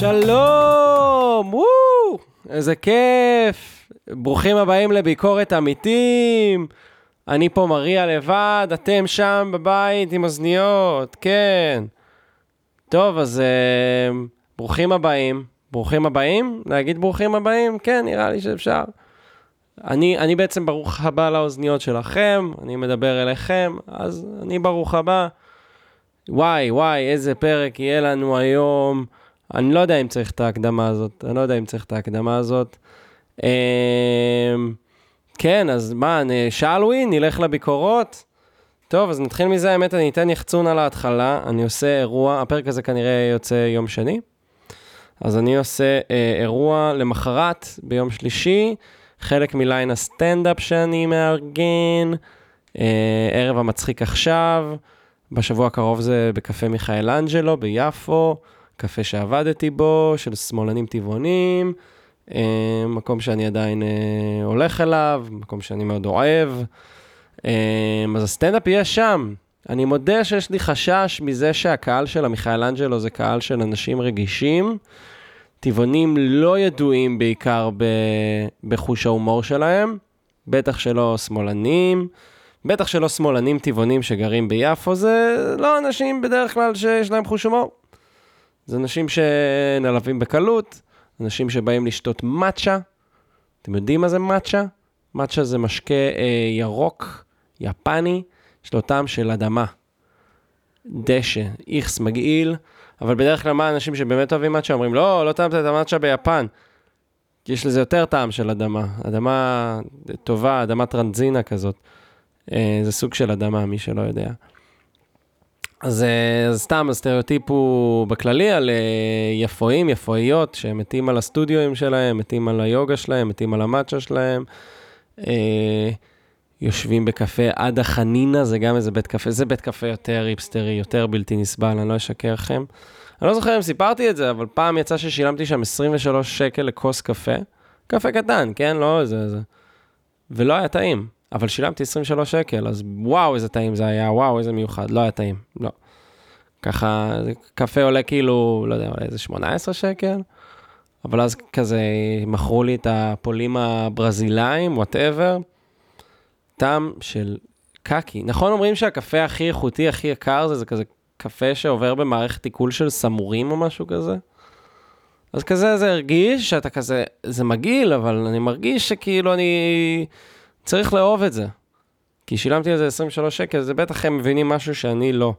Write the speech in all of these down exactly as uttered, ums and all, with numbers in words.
שלום, וואו, איזה כיף. ברוכים הבאים לביקורת אמיתים. אני פה מריה לבד, אתם שם בבית עם אוזניות, כן. טוב, אז uh, ברוכים הבאים. ברוכים הבאים? להגיד ברוכים הבאים? כן, נראה לי שאפשר. אני, אני בעצם ברוך הבא לאוזניות שלכם, אני מדבר אליכם, אז אני ברוך הבא. וואי, וואי, איזה פרק יהיה לנו היום. אני לא יודע אם צריך את ההקדמה הזאת, אני לא יודע אם צריך את ההקדמה הזאת. כן, אז מה, שאלווי, נלך לביקורות. טוב, אז נתחיל מזה, האמת, אני אתן יחצון על ההתחלה, אני עושה אירוע, הפרק הזה כנראה יוצא יום שני, אז אני עושה אה, אירוע למחרת ביום שלישי, חלק מליין הסטנדאפ שאני מארגן, אה, ערב המצחיק עכשיו, בשבוע הקרוב זה בקפה מיכאל אנג'לו ביפו, קפה שעבדתי בו, של שמאלנים טבעונים, אה, מקום שאני עדיין אה, הולך אליו, מקום שאני מאוד אוהב, אה, אז הסטנדאפ יהיה שם. אני מודה שיש לי חשש מזה שהקהל של מיכאל אנג'לו זה קהל של אנשים רגישים, טבעונים לא ידועים בעיקר ב, בחוש ההומור שלהם, בטח שלא שמאלנים, בטח שלא שמאלנים טבעונים שגרים ביפו, זה לא אנשים בדרך כלל שיש להם חוש הומור. זה אנשים שנלווים בקלות, אנשים שבאים לשתות מצ'ה. אתם יודעים מה זה מצ'ה? מצ'ה זה משקה אה, ירוק, יפני, יש לו טעם של אדמה. דשא, איכס מגעיל, אבל בדרך כלל מה האנשים שבאמת אוהבים מצ'ה אומרים, לא, לא טעמת את המצ'ה ביפן. יש לזה יותר טעם של אדמה. אדמה טובה, אדמה טרנזינה כזאת. אה, זה סוג של אדמה, מי שלא יודע. אז, אז סתם, הסטריאוטיפ הוא בכללי על יפואים, יפואיות, שהם מתים על הסטודיואים שלהם, מתים על היוגה שלהם, מתים על המצ'ה שלהם, אה, יושבים בקפה עד החנינה, זה גם איזה בית קפה, זה בית קפה יותר היפסטרי, יותר בלתי נסבל, אני לא אשקר לכם. אני לא זוכר אם סיפרתי את זה, אבל פעם יצא ששילמתי שם עשרים ושלושה שקל לכוס קפה, קפה קטן, כן? לא איזה, איזה. ולא היה טעים. אבל שילמתי עשרים ושלושה שקל, אז וואו, איזה טעים זה היה, וואו, איזה מיוחד, לא היה טעים, לא. ככה, קפה עולה כאילו, לא יודע, איזה שמונה עשרה שקל, אבל אז כזה מכרו לי את הפולים הברזילאים, whatever, טעם של קקי. נכון אומרים שהקפה הכי איכותי, הכי יקר, זה, זה כזה קפה שעובר במערכת עיכול של סמורים או משהו כזה? אז כזה זה הרגיש שאתה כזה, זה מגעיל, אבל אני מרגיש שכאילו אני צריך לאהוב את זה. כי שילמתי על זה עשרים ושלושה שקל, זה בטח הם מבינים משהו שאני לא.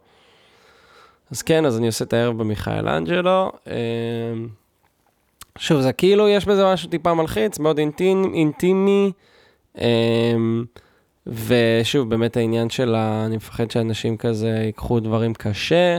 אז כן, אז אני עושה את הערב במיכאל אנג'לו. שוב, זה כאילו, יש בזה משהו טיפה מלחיץ, מאוד אינטימי, אינטימי. ושוב, באמת העניין של, אני מפחד שאנשים כזה ייקחו דברים קשה.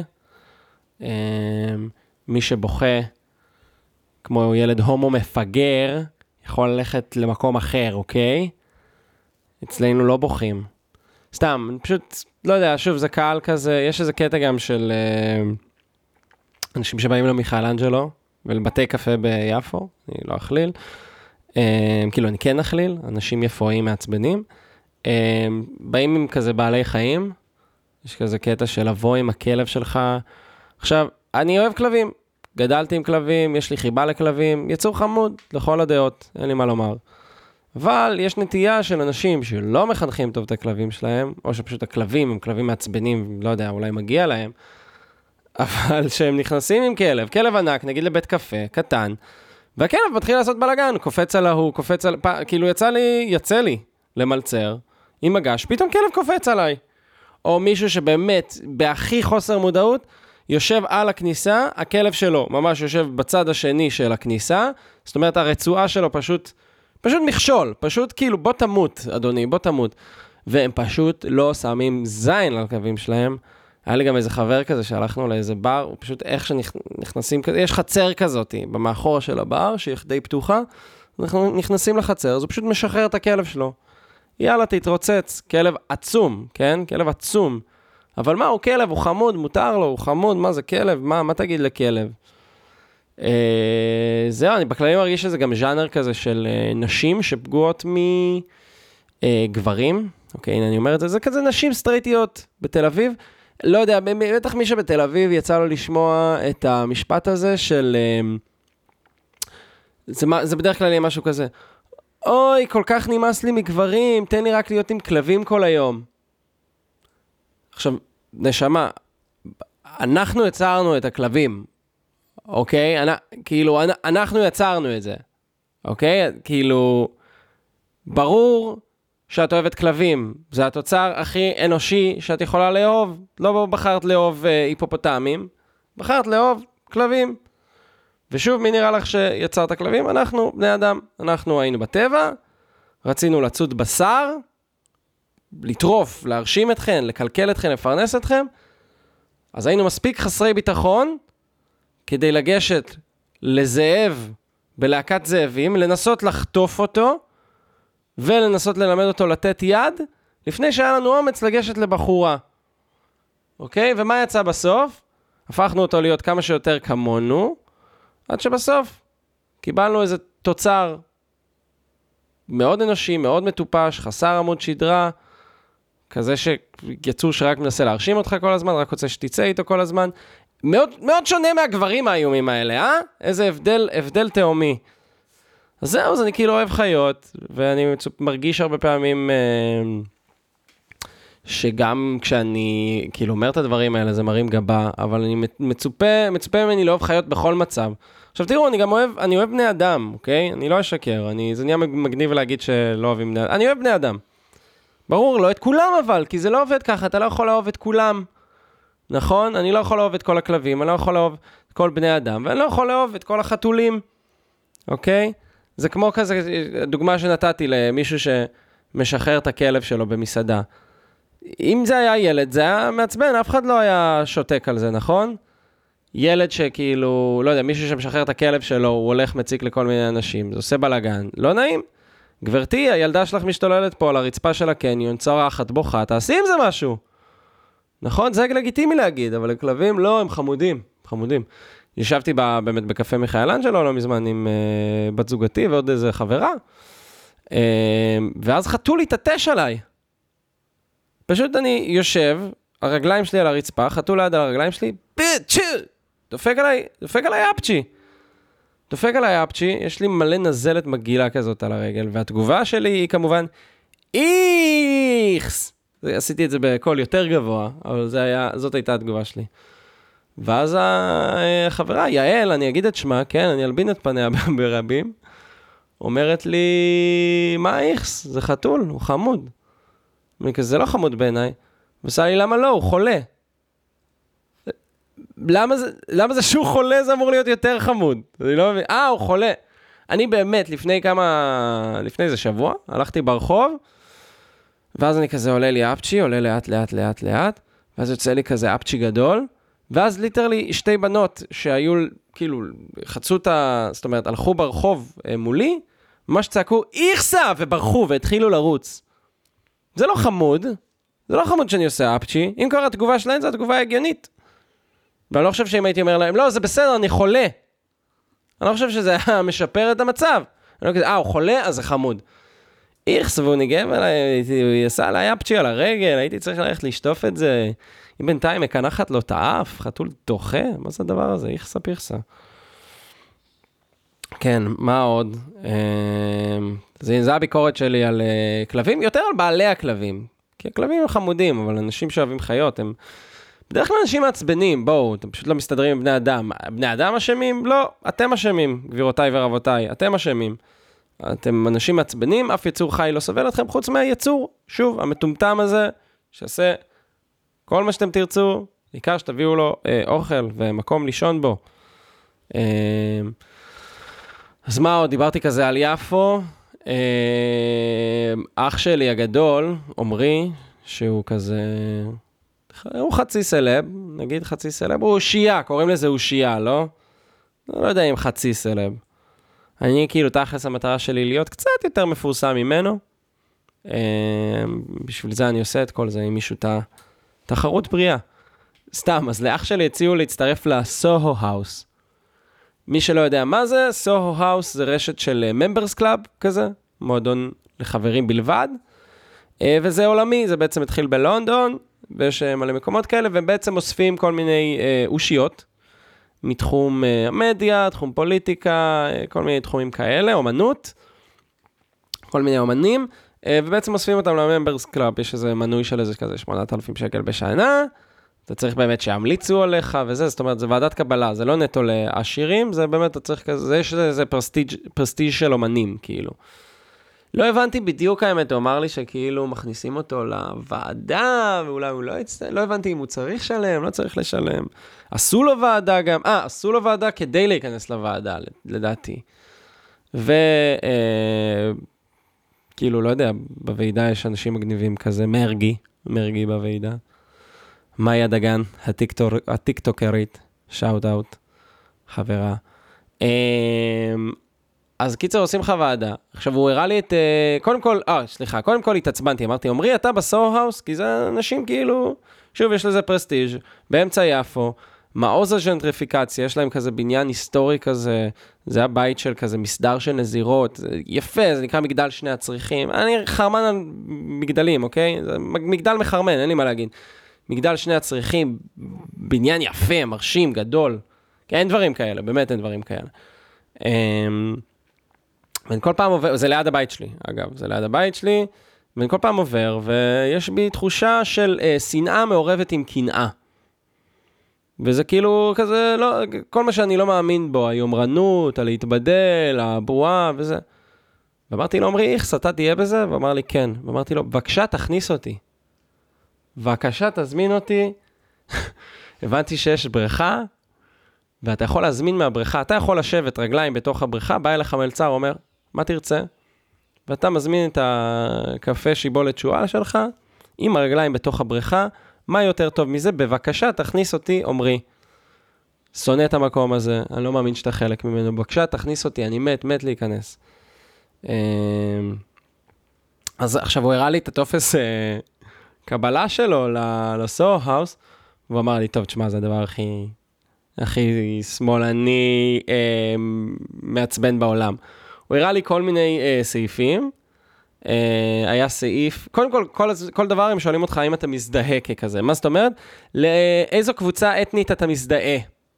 מי שבוכה, כמו ילד הומו מפגר, יכול ללכת למקום אחר, אוקיי? אצלנו לא בוכים. סתם, אני פשוט, לא יודע, שוב, זה קהל כזה, יש איזה קטע גם של אה, אנשים שבאים למיכאל אנג'לו, ולבתי קפה ביפו, אני לא אכליל, אה, כאילו אני כן אכליל, אנשים יפואים מעצבנים, אה, באים עם כזה בעלי חיים, יש כזה קטע של לבוא עם הכלב שלך, עכשיו, אני אוהב כלבים, גדלתי עם כלבים, יש לי חיבה לכלבים, יצור חמוד, לכל הדעות, אין לי מה לומר. אבל יש נטייה של אנשים שלא מחנכים טוב את הכלבים שלהם, או שפשוט הכלבים הם כלבים מעצבנים, לא יודע, אולי מגיע להם, אבל שהם נכנסים עם כלב, כלב ענק, נגיד לבית קפה, קטן, והכלב מתחיל לעשות בלגן, קופץ על ההוא, קופץ על... כאילו יצא לי, יצא לי למלצר, עם מגש, פתאום כלב קופץ עליי. או מישהו שבאמת, בהכי חוסר מודעות, יושב על הכניסה, הכלב שלו ממש יושב בצד השני של הכניסה, זאת אומרת, הרצועה שלו פשוט... פשוט מכשול, פשוט כאילו בוא תמות, אדוני, בוא תמות. והם פשוט לא שמים זין על הכלבים שלהם. היה לי גם איזה חבר כזה שהלכנו לאיזה בר, הוא פשוט איך שנכנסים כזה, יש חצר כזאת במאחור של הבר, שהיא די פתוחה, אנחנו נכנסים לחצר, אז הוא פשוט משחרר את הכלב שלו. יאללה, תתרוצץ, כלב עצום, כן? כלב עצום. אבל מה, הוא כלב, הוא חמוד, מותר לו, הוא חמוד, מה זה כלב? מה, מה תגיד לכלב? Uh, זהו, אני בכללי מרגיש שזה גם ז'אנר כזה של uh, נשים שפגועות מגברים, uh, אוקיי, הנה אני אומר את זה, זה כזה נשים סטרייטיות בתל אביב, לא יודע, בטח מי שבתל אביב יצא לו לשמוע את המשפט הזה של uh, זה, זה בדרך כלל יהיה משהו כזה, אוי, כל כך נמאס לי מגברים, תן לי רק להיות עם כלבים כל היום. עכשיו, נשמה, אנחנו יצרנו את הכלבים, אוקיי? אני, כאילו, אנחנו יצרנו את זה, אוקיי? כאילו, ברור שאת אוהבת כלבים, זה התוצר הכי אנושי שאת יכולה לאהוב, לא בחרת לאהוב אה, היפופוטמים, בחרת לאהוב כלבים. ושוב, מי נראה לך שיצרת כלבים? אנחנו, בני אדם, אנחנו היינו בטבע, רצינו לצוד בשר, לטרוף, להרשים אתכם, לקלקל אתכם, לפרנס אתכם, אז היינו מספיק חסרי ביטחון, כדי לגשת לזאב, בלהקת זאבים, לנסות לחטוף אותו, ולנסות ללמד אותו לתת יד, לפני שהיה לנו אומץ לגשת לבחורה. אוקיי? ומה יצא בסוף? הפכנו אותו להיות כמה שיותר כמונו, עד שבסוף קיבלנו איזה תוצר מאוד אנושי, מאוד מטופש, חסר עמוד שדרה, כזה שיצור שרק מנסה להרשים אותך כל הזמן, רק רוצה שתצא איתו כל הזמן. מאוד, מאוד שונה מהגברים האיומים האלה, אה? איזה הבדל, הבדל תאומי. אז זהו, אז אני כאילו אוהב חיות, ואני מרגיש הרבה פעמים אה, שגם כשאני כאילו אומר את הדברים האלה, זה מרים גבה, אבל אני מצופה, מצופה ממני לאהוב חיות בכל מצב. עכשיו תראו, אני גם אוהב, אני אוהב בני אדם, אוקיי? אני לא אשקר, אני, זה נהיה מגניב להגיד שלא אוהבים בני אדם. אני אוהב בני אדם. ברור, לא את כולם אבל, כי זה לא עובד ככה, אתה לא יכול לאהוב את כולם. נכון? אני לא יכול לאהוב את כל הכלבים, אני לא יכול לאהוב את כל בני אדם, ואני לא יכול לאהוב את כל החתולים. אוקיי? זה כמו כזה, דוגמה שנתתי למישהו שמשחרר את הכלב שלו במסעדה. אם זה היה ילד, זה היה מעצבן, אף אחד לא היה שותק על זה, נכון? ילד שכאילו, לא יודע, מישהו שמשחרר את הכלב שלו, הוא הולך מציק לכל מיני אנשים, זה עושה בלגן, לא נעים. גברתי, הילדה שלך משתוללת פה על הרצפה של הקניון, צורחת, בוכה, תעשי עם זה משהו. נכון? זה לגיטימי להגיד, אבל לכלבים לא, הם חמודים, חמודים. ישבתי ב, באמת בקפה מיכאל אנג'לו, לא מזמן עם uh, בת זוגתי ועוד איזה חברה, uh, ואז חתול התעטש עליי. פשוט אני יושב, הרגליים שלי על הרצפה, חתול ליד על הרגליים שלי, ביט, דופק עליי, דופק עליי אפצ'י. דופק עליי אפצ'י, יש לי מלא נזלת מגעילה כזאת על הרגל, והתגובה שלי היא כמובן, איכס! עשיתי את זה בקול יותר גבוה, אבל זה היה, זאת הייתה התגובה שלי. ואז החברה, יעל, אני אגיד את שמה, כן, אני אלבין את פניה ברבים, אומרת לי, מה איכס? זה חתול, הוא חמוד. אני כזה, זה לא חמוד בעיניי. ועושה לי, למה לא? הוא חולה. למה זה, למה זה שהוא חולה זה אמור להיות יותר חמוד? אני לא מבין. אה, הוא חולה. אני באמת, לפני כמה, לפני איזה שבוע, הלכתי ברחוב, ואז אני כזה עולה לי אפצ'י, עולה לאט, לאט, לאט, לאט, ואז יוצא לי כזה אפצ'י גדול, ואז ליטרלי שתי בנות שהיו, כאילו, חצו את ה... זאת אומרת, הלכו ברחוב מולי, ממש צעקו, איכסה! וברחו והתחילו לרוץ. זה לא חמוד, זה לא חמוד שאני עושה אפצ'י, אם כבר התגובה שלהם זה התגובה הגיונית. ואני לא חושב שאם הייתי אומר להם, לא, זה בסדר, אני חולה. אני לא חושב שזה היה משפר את המצב. אני לא כזה, אה, הוא חולה, אז זה חמוד. איכס, והוא ניגב עליי, הוא יעשה עליי אפצ'י על הרגל, הייתי צריך ללכת לשטוף את זה. אם בינתיים מקנחת לו את האף, חתול דוחה, מה זה הדבר הזה? איכסה פיכסה. כן, מה עוד? זה הביקורת שלי על כלבים, יותר על בעלי הכלבים. כי הכלבים הם חמודים, אבל אנשים שאוהבים חיות, הם בדרך כלל אנשים מעצבנים, בואו, אתם פשוט לא מסתדרים עם בני אדם. בני אדם אשמים? לא, אתם אשמים, גבירותיי ורבותיי, אתם אשמים. אתם אנשים מעצבנים, אף יצור חי לא סובל אתכם, חוץ מהיצור, שוב, המטומטם הזה, שעושה כל מה שאתם תרצו, בעיקר שתביאו לו אה, אוכל ומקום לישון בו. אה, אז מה עוד? דיברתי כזה על יפו. אה, אח שלי הגדול, עומרי, שהוא כזה, הוא חצי סלב, נגיד חצי סלב, הוא אושייה, קוראים לזה אושייה, לא? לא יודע אם חצי סלב. אני כאילו תכלס המטרה שלי להיות קצת יותר מפורסם ממנו. בשביל זה אני עושה את כל זה עם מישהו תחרות בריאה. סתם, אז לאח שלי הציעו להצטרף לסוהו האוס. מי שלא יודע מה זה, סוהו האוס זה רשת של ממברס קלאב כזה, מועדון לחברים בלבד. וזה עולמי, זה בעצם התחיל בלונדון, ויש מלא מקומות כאלה, והם בעצם אוספים כל מיני אושיות, מתחום מדיה, תחום פוליטיקה, כל מיני תחומים כאלה, אומנות, כל מיני אומנים, ובעצם אוספים אותם לממברס קלאב, יש איזה מנוי של איזה כזה שמונת אלפים שקל בשנה, אתה צריך באמת שימליצו עליך וזה, זאת אומרת, זה ועדת קבלה, זה לא נטו לעשירים, זה באמת, אתה צריך כזה, יש איזה פרסטיג', פרסטיג' של אומנים, כאילו. לא הבנתי בדיוק האמת, הוא אמר לי שכאילו מכניסים אותו לוועדה, ואולי הוא לא יצטרך, לא הבנתי אם הוא צריך לשלם, לא צריך לשלם. עשו לו ועדה גם, אה, עשו לו ועדה כדי להיכנס לוועדה, לדעתי. ו... אה, כאילו, לא יודע, בוועידה יש אנשים מגניבים כזה, מרגי, מרגי בוועידה. מאיה דגן, הטיקטוק, הטיקטוקרית, שאוט אאוט, חברה. אז קיצר עושים לך ועדה. עכשיו הוא הראה לי את, קודם כל, אה, סליחה, קודם כל התעצבנתי, אמרתי, אומרי, אתה בסוהו-האוס, כי זה אנשים כאילו, שוב, יש לזה פרסטיג', באמצע יפו, מעוז הז'נטריפיקציה, יש להם כזה בניין היסטורי כזה, זה הבית של כזה מסדר של נזירות, יפה, זה נקרא מגדל שני הצריכים, אני חרמן על מגדלים, אוקיי? זה מגדל מחרמן, אין לי מה להגיד. מגדל שני הצריכים, בניין יפה, מרשים, גדול, אין דברים כאלה, באמת אין דברים כאלה. ואני כל פעם עובר, זה ליד הבית שלי, אגב, זה ליד הבית שלי, ואני כל פעם עובר, ויש בי תחושה של אה, שנאה מעורבת עם קנאה. וזה כאילו כזה, לא, כל מה שאני לא מאמין בו, היומרנות, הלהתבדל, הבועה וזה. ואמרתי לו, אמרי, איך, אתה תהיה בזה? ואמר לי, כן. ואמרתי לו, בבקשה, תכניס אותי. בבקשה, תזמין אותי. הבנתי שיש בריכה, ואתה יכול להזמין מהבריכה, אתה יכול לשבת רגליים בתוך הבריכה, בא אליך מלצר, אומר, מה תרצה? ואתה מזמין את הקפה שיבולת שואל שלך, עם הרגליים בתוך הבריכה, מה יותר טוב מזה? בבקשה, תכניס אותי, אומרי. שונא את המקום הזה, אני לא מאמין שאתה חלק ממנו. בבקשה, תכניס אותי, אני מת, מת להיכנס. אז עכשיו הוא הראה לי את הטופס קבלה שלו לסוהו-האוס, והוא אמר לי, טוב, תשמע, זה הדבר הכי... הכי שמאלני אה, מעצבן בעולם. הוא הראה לי כל מיני אה, סעיפים, אה, היה סעיף, קודם כל, כל, כל דבר הם שואלים אותך האם אתה מזדהה ככזה. מה זאת אומרת? לאיזו קבוצה אתנית אתה מזדהה?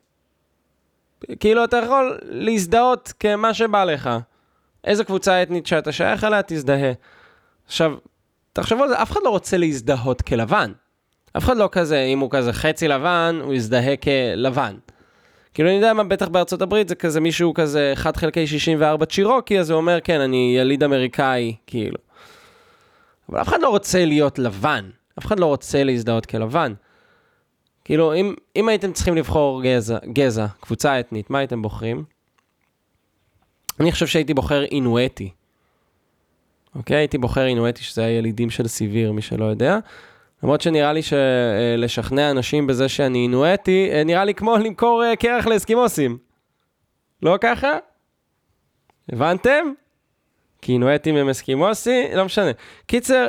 כאילו אתה יכול להזדהות כמה שבא לך. איזו קבוצה אתנית שאתה שייך אליה, תזדהה. עכשיו, תחשבו על זה, אף אחד לא רוצה להזדהות כלבן. אף אחד לא כזה, אם הוא כזה חצי לבן, הוא יזדהה כלבן. כאילו אני יודע מה, בטח בארצות הברית זה כזה מישהו כזה אחד חלקי שישים וארבע צ'ירוקי, אז הוא אומר, כן, אני יליד אמריקאי, כאילו. אבל אף אחד לא רוצה להיות לבן. אף אחד לא רוצה להזדהות כלבן. כאילו, אם, אם הייתם צריכים לבחור גזע, גזע, קבוצה אתנית, מה הייתם בוחרים? אני חושב שהייתי בוחר אינואטי. אוקיי? הייתי בוחר אינואטי, שזה הילידים של סיביר, מי שלא יודע. למרות שנראה לי שלשכנע אנשים בזה שאני אינואטי, נראה לי כמו למכור קרח לאסקימוסים. לא ככה? הבנתם? כי אינואטים הם אסקימוסי, לא משנה. קיצר,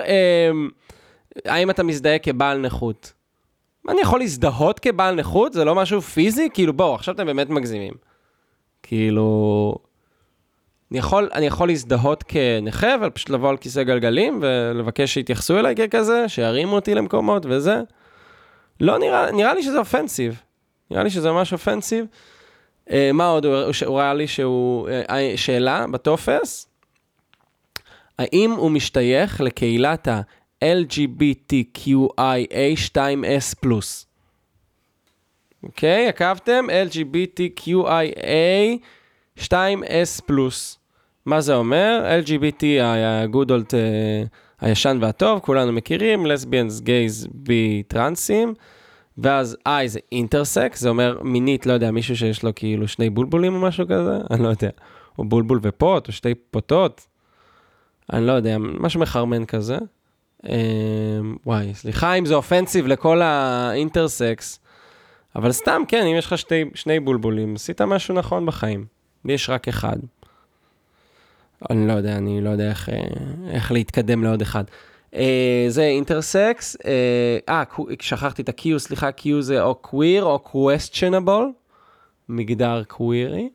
האם אתה מזדהה כבעל נכות? אני יכול להזדהות כבעל נכות? זה לא משהו פיזי? כאילו בואו, עכשיו אתם באמת מגזימים. כאילו... אני יכול, אני יכול להזדהות כנכה, אבל פשוט לבוא על כיסא גלגלים, ולבקש שיתייחסו אליי ככזה, שירימו אותי למקומות וזה. לא נראה, נראה לי שזה אופנסיב. נראה לי שזה ממש אופנסיב. אה, מה עוד? הוא, הוא ראה לי שהוא, אה, שאלה בטופס, האם הוא משתייך לקהילת ה-אל ג'י בי טי קיו איי איי טו אס פלוס? אוקיי, עקבתם? אל ג'י בי טי קיו איי איי טו אס פלוס. מה זה אומר? אל ג'י בי טי, ה-good old, הישן והטוב, כולנו מכירים, לסביאנס, גייז, בי, טרנסים, ואז I זה אינטרסקס, זה אומר מינית, לא יודע, מישהו שיש לו כאילו שני בולבולים או משהו כזה, אני לא יודע, או בולבול ופוט, או שתי פוטות, אני לא יודע, משהו מחרמן כזה. וואי, סליחה אם זה אופנסיב לכל האינטרסקס, אבל סתם, כן, אם יש לך שתי, שני בולבולים, עשית משהו נכון בחיים. יש רק אחד. אני לא יודע, אני לא יודע איך, איך להתקדם לעוד אחד. זה אינטרסקס. אה, שכחתי את ה-Q, סליחה, Q זה או queer או questionable. מגדר קווירי.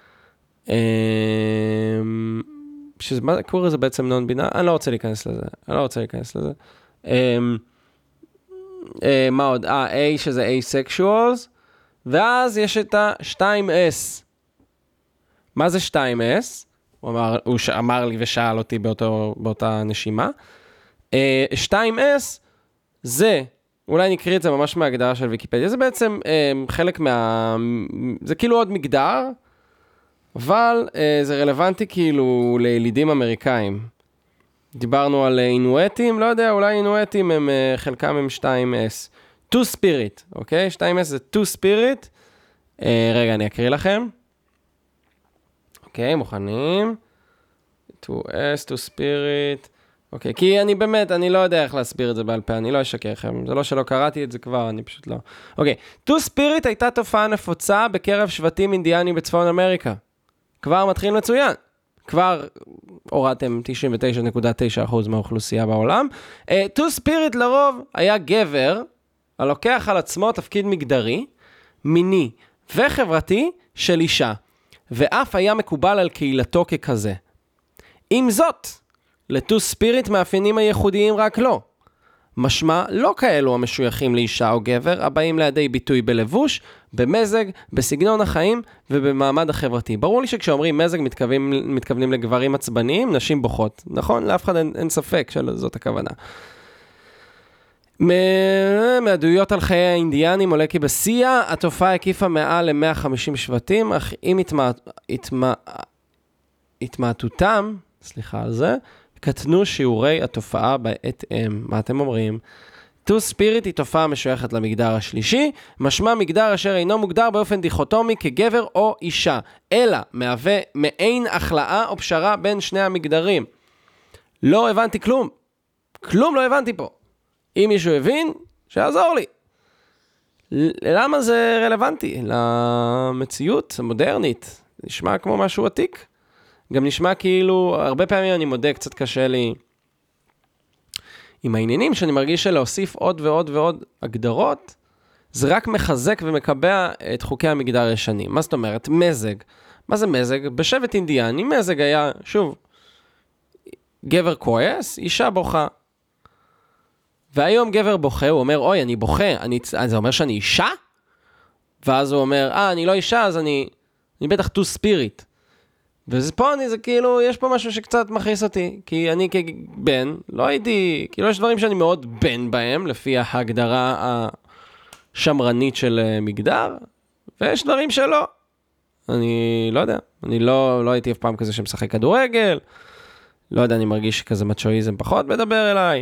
קוויר זה בעצם נון בינה. אני לא רוצה להיכנס לזה. אני לא רוצה להיכנס לזה. מה עוד? אה, A שזה asexuals. ואז יש את ה-שתיים אס. מה זה שתיים אס? הוא אמר, הוא אמר לי ושאל אותי באותו, באותה נשימה. שתיים אס זה, אולי נקריא את זה ממש מההגדרה של ויקיפדיה, זה בעצם חלק מה... זה כאילו עוד מגדר, אבל זה רלוונטי כאילו לילידים אמריקאים. דיברנו על אינואטים, לא יודע, אולי אינואטים הם, חלקם הם שתיים אס. two spirit, אוקיי? שתיים אס זה two spirit. רגע, אני אקריא לכם. אוקיי, מוכנים. two אס, two spirit. אוקיי, כי אני באמת, אני לא יודע איך להסביר את זה בעל פה, אני לא אשקר לכם. זה לא שלא קראתי את זה כבר, אני פשוט לא. אוקיי, two spirit הייתה תופעה נפוצה בקרב שבטים אינדיאנים בצפון אמריקה. כבר מתחיל מצוין. כבר הורדתם תשעים ותשע נקודה תשע אחוז מהאוכלוסייה בעולם. Uh, two spirit לרוב היה גבר, הלוקח על עצמו תפקיד מגדרי, מיני וחברתי של אישה, ואף היה מקובל על קהילתו ככזה. עם זאת, ל-two spirit מאפיינים הייחודיים רק לא. משמע לא כאלו המשויכים לאישה או גבר, הבאים לידי ביטוי בלבוש, במזג, בסגנון החיים ובמעמד החברתי. ברור לי שכשאומרים מזג מתכוונים, מתכוונים לגברים עצבניים, נשים בוכות. נכון? לאף אחד אין, אין ספק שזאת הכוונה. מעדויות על חיי האינדיאנים עולה כי בסיה, התופעה הקיפה מעל ל-מאה וחמישים שבטים, אך עם התמעטותם, סליחה על זה, קטנו שיעורי התופעה בהתאם. מה אתם אומרים? two spirit היא תופעה משויכת למגדר השלישי, משמע מגדר אשר אינו מוגדר באופן דיכוטומי כגבר או אישה, אלא מהווה מעין החלאה או פשרה בין שני המגדרים. לא הבנתי כלום. כלום לא הבנתי פה. אם מישהו הבין, שיעזור לי. למה זה רלוונטי? למציאות המודרנית. נשמע כמו משהו עתיק. גם נשמע כאילו, הרבה פעמים אני מודה, קצת קשה לי עם העניינים, שאני מרגיש שלהוסיף עוד ועוד ועוד הגדרות, זה רק מחזק ומקבע את חוקי המגדר הישנים. מה זאת אומרת? מזג. מה זה מזג? בשבט אינדיאני, מזג היה, שוב, גבר כועס, אישה בוכה. והיום גבר בוכה, הוא אומר, אוי, אני בוכה, אני, זה אומר שאני אישה? ואז הוא אומר, אה, אני לא אישה, אז אני, אני בטח two spirit. ופה אני, זה כאילו, יש פה משהו שקצת מכעיס אותי, כי אני כבן, לא הייתי, כאילו יש דברים שאני מאוד בן בהם, לפי ההגדרה השמרנית של מגדר, ויש דברים שלא. אני לא יודע, אני לא, לא הייתי אף פעם כזה שמשחק כדורגל, לא יודע, אני מרגיש שכזה מצ'ואיזם פחות מדבר אליי,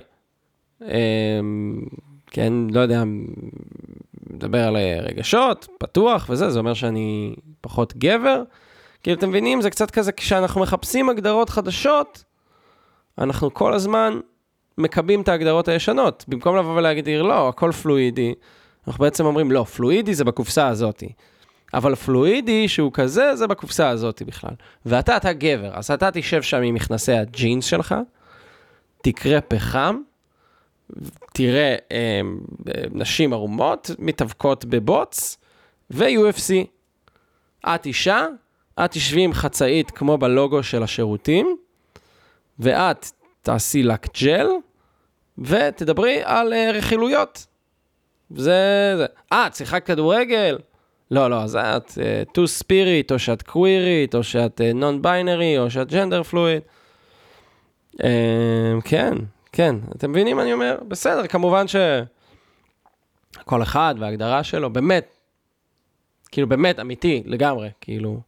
כן, לא יודע, מדבר על רגשות, פתוח וזה, זה אומר שאני פחות גבר, כאילו, אתם מבינים, זה קצת כזה, כשאנחנו מחפשים הגדרות חדשות, אנחנו כל הזמן מקבים את ההגדרות הישנות. במקום לבוא ולהגדיר, לא, הכל פלואידי. אנחנו בעצם אומרים, לא, פלואידי זה בקופסה הזאת. אבל פלואידי שהוא כזה, זה בקופסה הזאת בכלל. ואתה, אתה גבר, אז אתה תשב שם עם מכנסי הג'ינס שלך, תקרא פחם, תראה אה, נשים ערומות, מתאבקות בבוץ, ו-יו אף סי. את אישה, את תשבי עם חצאית כמו בלוגו של השירותים, ואת תעשי לק ג'ל, ותדברי על uh, רכילויות. זה, זה. אה, שיחקת כדורגל? לא, לא, אז את uh, two spirit, או שאת queerית, או שאת uh, non-binary, או שאת gender fluid. Uh, כן, כן. אתם מבינים מה אני אומר? בסדר, כמובן שכל אחד וההגדרה שלו, באמת, כאילו באמת אמיתי, לגמרי, כאילו,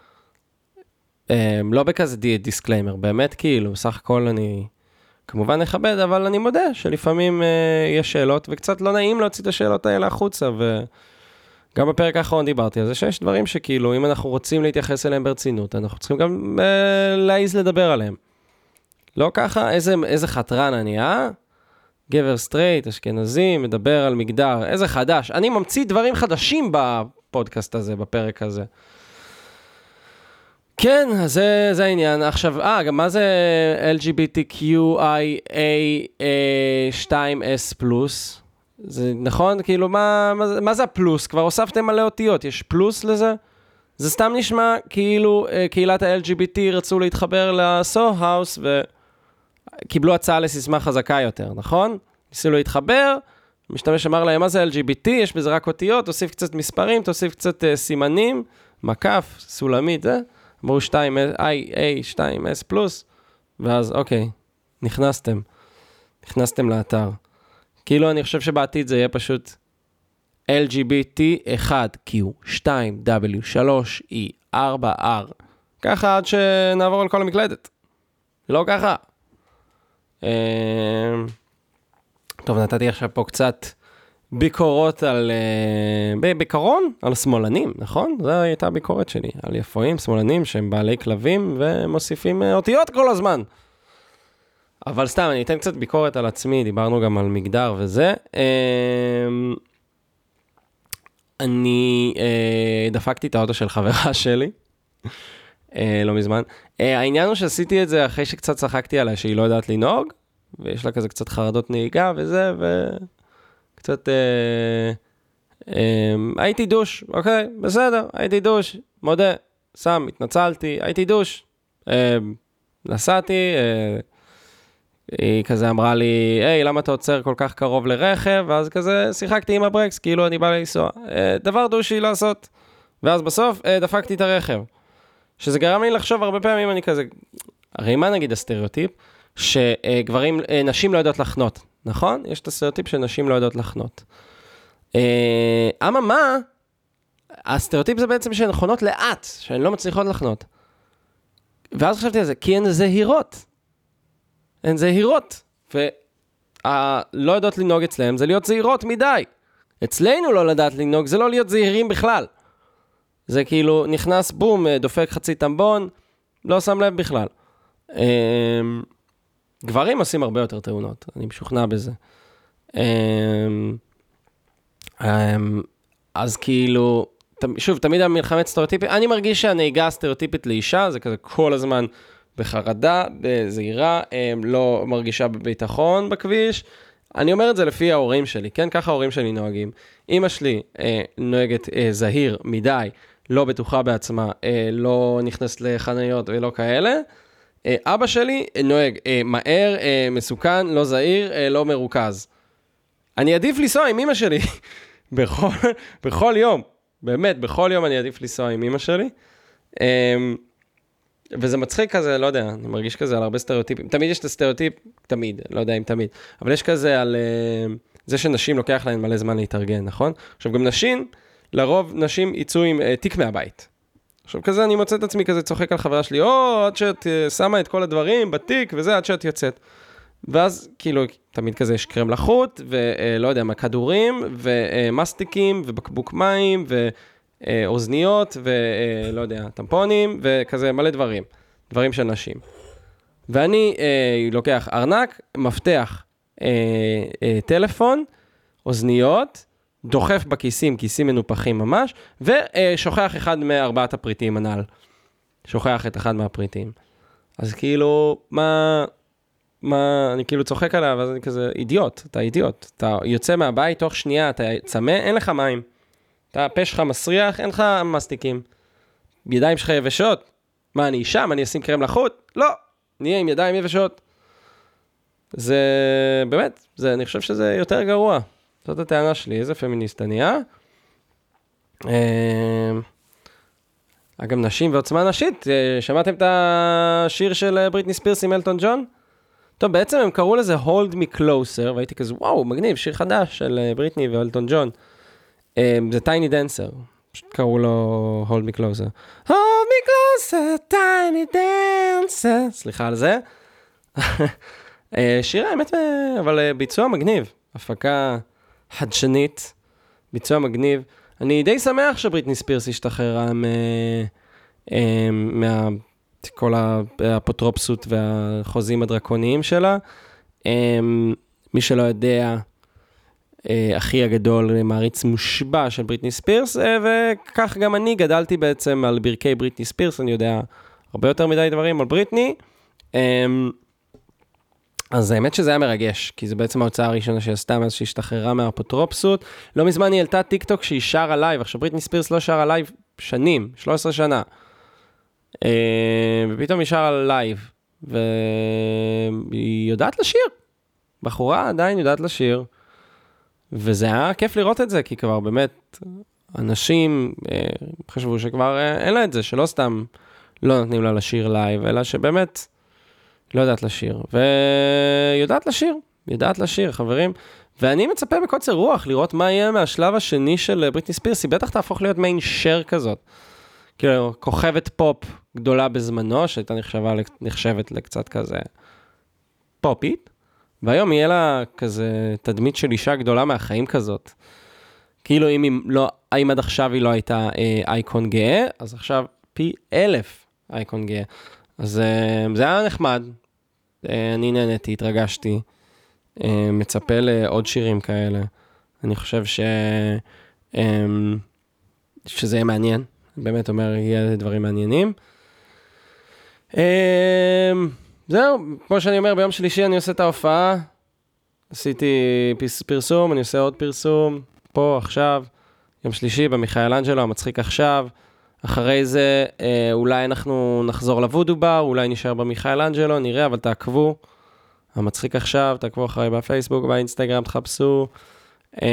לא בכזה דיסקליימר, באמת כאילו, סך הכל אני כמובן נכבד, אבל אני מודה שלפעמים יש שאלות, וקצת לא נעים להוציא את השאלות האלה החוצה, וגם בפרק האחרון דיברתי על זה, שיש דברים שכאילו, אם אנחנו רוצים להתייחס אליהם ברצינות, אנחנו צריכים גם להעיז לדבר עליהם. לא ככה, איזה, איזה חתרן אני, אה? גבר סטרייט, אשכנזי, מדבר על מגדר, איזה חדש. אני ממציא דברים חדשים בפודקאסט הזה, בפרק הזה. כן, זה, זה העניין. עכשיו, אה, גם מה זה אל ג'י בי טי קיו איי איי טו אס פלוס? זה נכון? כאילו, מה, מה, מה זה הפלוס? כבר הוספתם מלא אותיות, יש פלוס לזה? זה סתם נשמע כאילו קהילת ה-אל ג'י בי טי רצו להתחבר ל-So House וקיבלו הצעה לסיסמה חזקה יותר, נכון? ניסו להתחבר, משתמש אמר להם, מה זה אל ג'י בי טי? יש בזה רק אותיות, תוסיף קצת מספרים, תוסיף קצת uh, סימנים, מקף, סולמית, זה. אמרו שתיים, איי, איי, שתיים, S פלוס, ואז אוקיי, נכנסתם. נכנסתם לאתר. כאילו אני חושב שבעתיד זה יהיה פשוט אל ג'י בי טי אחת קיו שתיים דאבליו שלוש אי ארבע אר. ככה עד שנעבור על כל המקלדת. לא ככה. טוב, נתתי עכשיו פה קצת ביקורות על... ביקרון? על שמאלנים, נכון? זו הייתה הביקורת שלי. על יפואים, שמאלנים שהם בעלי כלבים ומוסיפים אותיות כל הזמן. אבל סתם, אני אתן קצת ביקורת על עצמי, דיברנו גם על מגדר וזה. אני דפקתי את האוטו של חברה שלי, לא מזמן. העניין הוא שעשיתי את זה אחרי שקצת צחקתי עליה, שהיא לא יודעת לנהוג, ויש לה כזה קצת חרדות נהיגה וזה, וקצת... הייתי דוש, אוקיי, בסדר, הייתי דוש, מודה, שם, התנצלתי, הייתי דוש. נסעתי... היא כזה אמרה לי, היי, למה אתה עוצר כל כך קרוב לרכב? ואז כזה שיחקתי עם הברקס, כאילו אני בא לנסוע. דבר דושי לעשות. ואז בסוף דפקתי את הרכב. שזה גרם לי לחשוב הרבה פעמים, אני כזה, הרי מה נגיד הסטריאוטיפ? שגברים, נשים לא יודעות לחנות, נכון? יש את הסטריאוטיפ שנשים לא יודעות לחנות. אממה, הסטריאוטיפ זה בעצם שהן נכונות לאט, שהן לא מצליחות לחנות. ואז חשבתי על זה, כי הן זהירות. הן זהירות, ולא יודעות לנהוג אצלהם, זה להיות זהירות מדי. אצלנו לא לדעת לנהוג, זה לא להיות זהירים בכלל. זה כאילו נכנס בום, דופק חצי טמבון, לא שם לב בכלל. גברים עושים הרבה יותר תאונות, אני משוכנע בזה. אז כאילו, שוב, תמיד המלחמת סטריאוטיפית, אני מרגיש שהנהיגה הסטריאוטיפית לאישה, זה כזה כל הזמן... בחרדה, בזהירה, לא מרגישה בביטחון בכביש. אני אומר את זה לפי ההורים שלי, כן? ככה ההורים שלי נוהגים. אמא שלי אה, נוהגת אה, זהיר מדי, לא בטוחה בעצמה, אה, לא נכנסת לחניות ולא כאלה. אה, אבא שלי נוהג אה, מהר, אה, מסוכן, לא זהיר, אה, לא מרוכז. אני עדיף לנסוע עם אמא שלי בכל, בכל יום. באמת, בכל יום אני עדיף לנסוע עם אמא שלי. אה, וזה מצחיק כזה, לא יודע, אני מרגיש כזה על הרבה סטריאוטיפים. תמיד יש את הסטריאוטיפ, תמיד, לא יודע אם תמיד, אבל יש כזה על uh, זה שנשים לוקח להן מלא זמן להתארגן, נכון? עכשיו גם נשים, לרוב נשים יצאו עם uh, תיק מהבית. עכשיו כזה אני מוצא את עצמי כזה צוחק על חברה שלי, או, עד שאת uh, שמה את כל הדברים בתיק וזה, עד שאת יוצאת. ואז כאילו תמיד כזה יש קרם לחוט, ולא uh, יודע מה, כדורים, ומסטיקים, ובקבוק מים, ו... אוזניות ולא יודע, טמפונים וכזה מלא דברים, דברים של נשים. ואני אה, לוקח ארנק, מפתח אה, אה, טלפון, אוזניות, דוחף בכיסים, כיסים מנופחים ממש, ושוכח אחד מארבעת הפריטים הנ"ל. שוכח את אחד מהפריטים. אז כאילו, מה, מה, אני כאילו צוחק עליו, אז אני כזה, אידיוט, אתה אידיוט. אתה יוצא מהבית תוך שנייה, אתה צמא, אין לך מים. אתה הפה שלך מסריח, אין לך מסטיקים. ידיים שלך יבשות. מה, אני אישה? אני אשים קרם לחוט? לא. נהיה עם ידיים יבשות. זה, באמת, זה, אני חושב שזה יותר גרוע. זאת הטענה שלי, איזה פמיניסט אני, אה? אגב, נשים ועוצמה נשית, שמעתם את השיר של בריטני ספירס עם אלטון ג'ון? טוב, בעצם הם קראו לזה Hold Me Closer, והייתי כזה, וואו, מגניב, שיר חדש של בריטני ואלטון ג'ון. זה טייני דנסר, פשוט קראו לו Hold Me Closer. Hold Me Closer, Tiny Dancer. סליחה על זה. שיר האמת, אבל ביצוע מגניב. הפקה חדשנית, ביצוע מגניב. אני די שמח שבריטני ספירס השתחררה מכל האפוטרופסות והחוזים הדרקוניים שלה. מי שלא יודע, אחי הגדול מעריץ מושבע של בריטני ספירס, וכך גם אני גדלתי בעצם על ברכי בריטני ספירס, אני יודע הרבה יותר מדי דברים על בריטני. אז האמת שזה היה מרגש, כי זה בעצם ההוצאה הראשונה שעשתה מאז שהשתחררה מהאפוטרופסות. לא מזמן היא העלתה טיק טוק שהיא שרה לייב, עכשיו בריטני ספירס לא שרה לייב שנים, שלוש עשרה שנה. ופתאום היא שרה לייב, והיא יודעת לשיר. בחורה עדיין יודעת לשיר. וזה היה כיף לראות את זה, כי כבר באמת, אנשים חשבו שכבר אין לה את זה, שלא סתם לא נותנים לה לשיר לייב, אלא שבאמת לא יודעת לשיר, ויודעת לשיר, יודעת לשיר, חברים, ואני מצפה בקוצר רוח לראות מה יהיה מהשלב השני של בריטני ספירס, היא בטח תהפוך להיות מיין שר כזאת, כאילו כוכבת פופ גדולה בזמנו, שהייתה נחשבה, נחשבת לקצת כזה פופית, והיום יהיה לה כזה תדמית של אישה גדולה מהחיים כזאת, כאילו אם, אם, לא, אם עד עכשיו היא לא הייתה אה, אייקון גאה, אז עכשיו פי אלף אייקון גאה, אז אה, זה היה נחמד, אה, אני נהניתי, התרגשתי, אה, מצפה לעוד שירים כאלה, אני חושב ש, אה, שזה יהיה מעניין, באמת אומר, יהיה דברים מעניינים. אה, זהו, כמו שאני אומר, ביום שלישי אני עושה את ההופעה, עשיתי פרסום, אני עושה עוד פרסום, פה, עכשיו, יום שלישי במיכאל אנג'לו, המצחיק עכשיו, אחרי זה אה, אולי אנחנו נחזור לוודו בר, אולי נשאר במיכאל אנג'לו, נראה, אבל תעקבו, המצחיק עכשיו, תעקבו אחרי בפייסבוק, באינסטגרם, תחפשו. אה,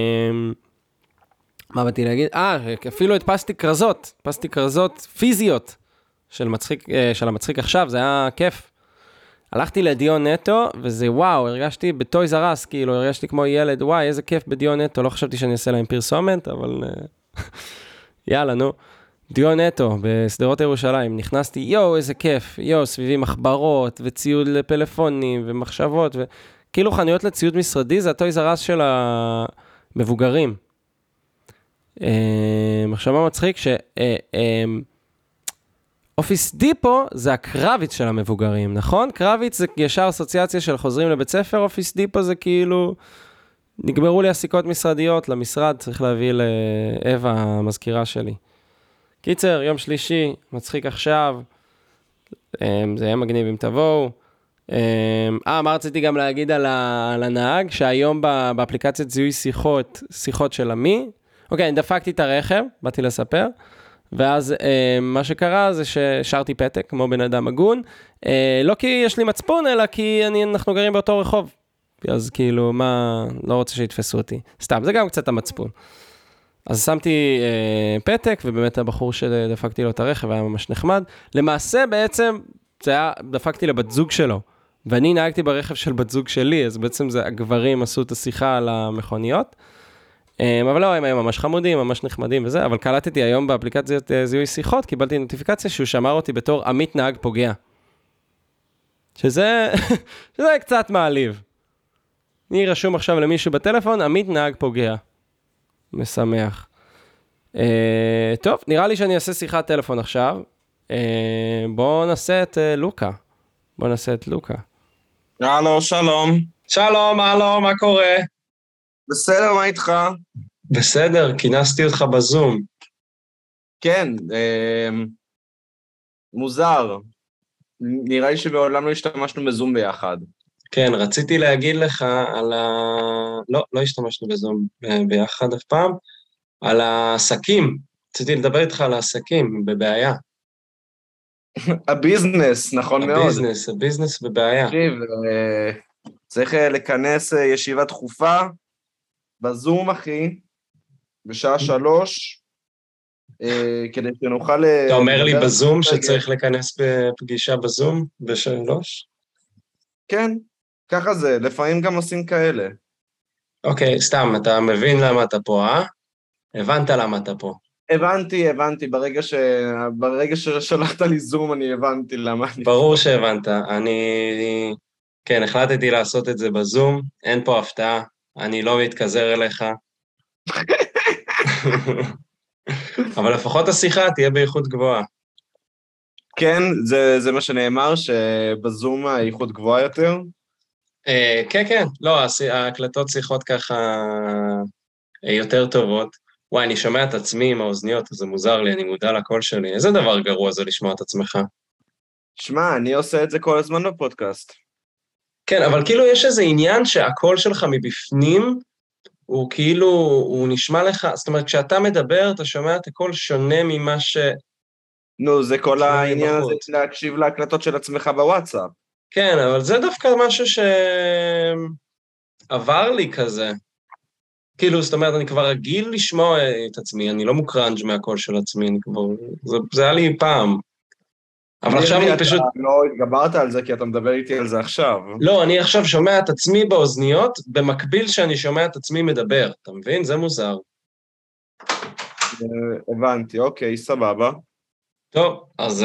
מה באתי להגיד? אה, אפילו הדפסתי כרזות, הדפסתי כרזות פיזיות של, מצחיק, אה, של המצחיק עכשיו, זה היה כיף. הלכתי לדיון נטו, וזה וואו, הרגשתי בטויז אר אס, כאילו, הרגשתי כמו ילד, וואי, איזה כיף בדיון נטו, לא חשבתי שאני אעשה להם פרסומת, אבל יאללה, נו. דיון נטו, בסדרות ירושלים, נכנסתי, יואו, איזה כיף, יואו, סביבי מחברות, וציוד לפלאפונים, ומחשבות, וכאילו חנויות לציוד משרדי, זה הטויז אר אס של המבוגרים. עכשיו מה מצחיק, ש... אופיס דיפו זה הקרביץ של המבוגרים, נכון? קרביץ זה ישר אסוציאציה של חוזרים לבית ספר, אופיס דיפו זה כאילו, נגמרו לי הסיכות משרדיות למשרד, צריך להביא לאווה המזכירה שלי. קיצר, יום שלישי, מצחיק עכשיו, זה יהיה מגניב אם תבואו. אה, מה רציתי גם להגיד על, ה... על הנהג, שהיום באפליקציית זיהוי שיחות, שיחות של עמי, אוקיי, אני דפקתי את הרכב, באתי לספר, ואז אה, מה שקרה זה ששרתי פתק, כמו בן אדם הגון, אה, לא כי יש לי מצפון, אלא כי אני, אנחנו גרים באותו רחוב. אז כאילו, מה, לא רוצה שיתפסו אותי. סתם, זה גם קצת המצפון. אז שמתי אה, פתק, ובאמת הבחור שדפקתי לו את הרכב היה ממש נחמד. למעשה בעצם, זה היה, דפקתי לבת זוג שלו, ואני נהגתי ברכב של בת זוג שלי, אז בעצם זה, הגברים עשו את השיחה על המכוניות, אבל לא, הם היו ממש חמודים, ממש נחמדים וזה, אבל קלטתי היום באפליקציית זיהוי שיחות, קיבלתי נוטיפיקציה שהוא שמר אותי בתור עמית נהג פוגע. שזה, שזה קצת מעליב. אני רשום עכשיו למישהו בטלפון, עמית נהג פוגע. משמח. אה, טוב, נראה לי שאני אעשה שיחת טלפון עכשיו. אה, בואו נעשה את אה, לוקה. בואו נעשה את לוקה. הלו, שלום. שלום, הלו, מה קורה? בסדר, מה איתך? בסדר, כינסתי אותך בזום. כן, אה, מוזר. נראה לי שבעולם לא השתמשנו בזום ביחד. כן, רציתי להגיד לך על ה... לא, לא השתמשנו בזום ביחד אף פעם, על העסקים. רציתי לדבר איתך על העסקים, בבעיה. הביזנס, נכון מאוד. הביזנס, הביזנס בבעיה. תקשיב, צריך לכנס ישיבה דחופה, בזום, אחי, בשעה שלוש, כדי שנוכל... אתה אומר לי בזום שצריך לכנס בפגישה בזום בשלוש? כן, ככה זה, לפעמים גם עושים כאלה. אוקיי, סתם, אתה מבין למה אתה פה, אה? הבנת למה אתה פה. הבנתי, הבנתי, ברגע ש... ברגע ששלחת לי זום, אני הבנתי למה. ברור שהבנת, אני... כן, החלטתי לעשות את זה בזום, אין פה הפתעה, אני לא מתכזר אליך. אבל לפחות השיחה תהיה באיכות גבוהה. כן, זה, זה מה שנאמר, שבזום האיכות גבוהה יותר? אה, כן, כן, לא, ההקלטות שיחות ככה יותר טובות. וואי, אני שומע את עצמי עם האוזניות, זה מוזר לי, אני מודע לקול שלי. איזה דבר גרוע זה לשמוע את עצמך? שמע, אני עושה את זה כל הזמן בפודקאסט. כן, אבל כאילו יש איזה עניין שהקול שלך מבפנים, הוא כאילו, הוא נשמע לך, זאת אומרת, כשאתה מדבר, אתה שומע את הקול שונה ממה ש... נו, זה כל העניין הזה להקשיב להקלטות של עצמך בוואטסאפ. כן, אבל זה דווקא משהו שעבר לי כזה. כאילו, זאת אומרת, אני כבר רגיל לשמוע את עצמי, אני לא מוקרנג' מהקול של עצמי, אני כבר, זה, זה היה לי פעם. אבל עכשיו אני פשוט... אתה לא התגברת על זה, כי אתה מדבר איתי על זה עכשיו. לא, אני עכשיו שומע את עצמי באוזניות, במקביל שאני שומע את עצמי מדבר, אתה מבין? זה מוזר. הבנתי, אוקיי, סבבה. טוב, אז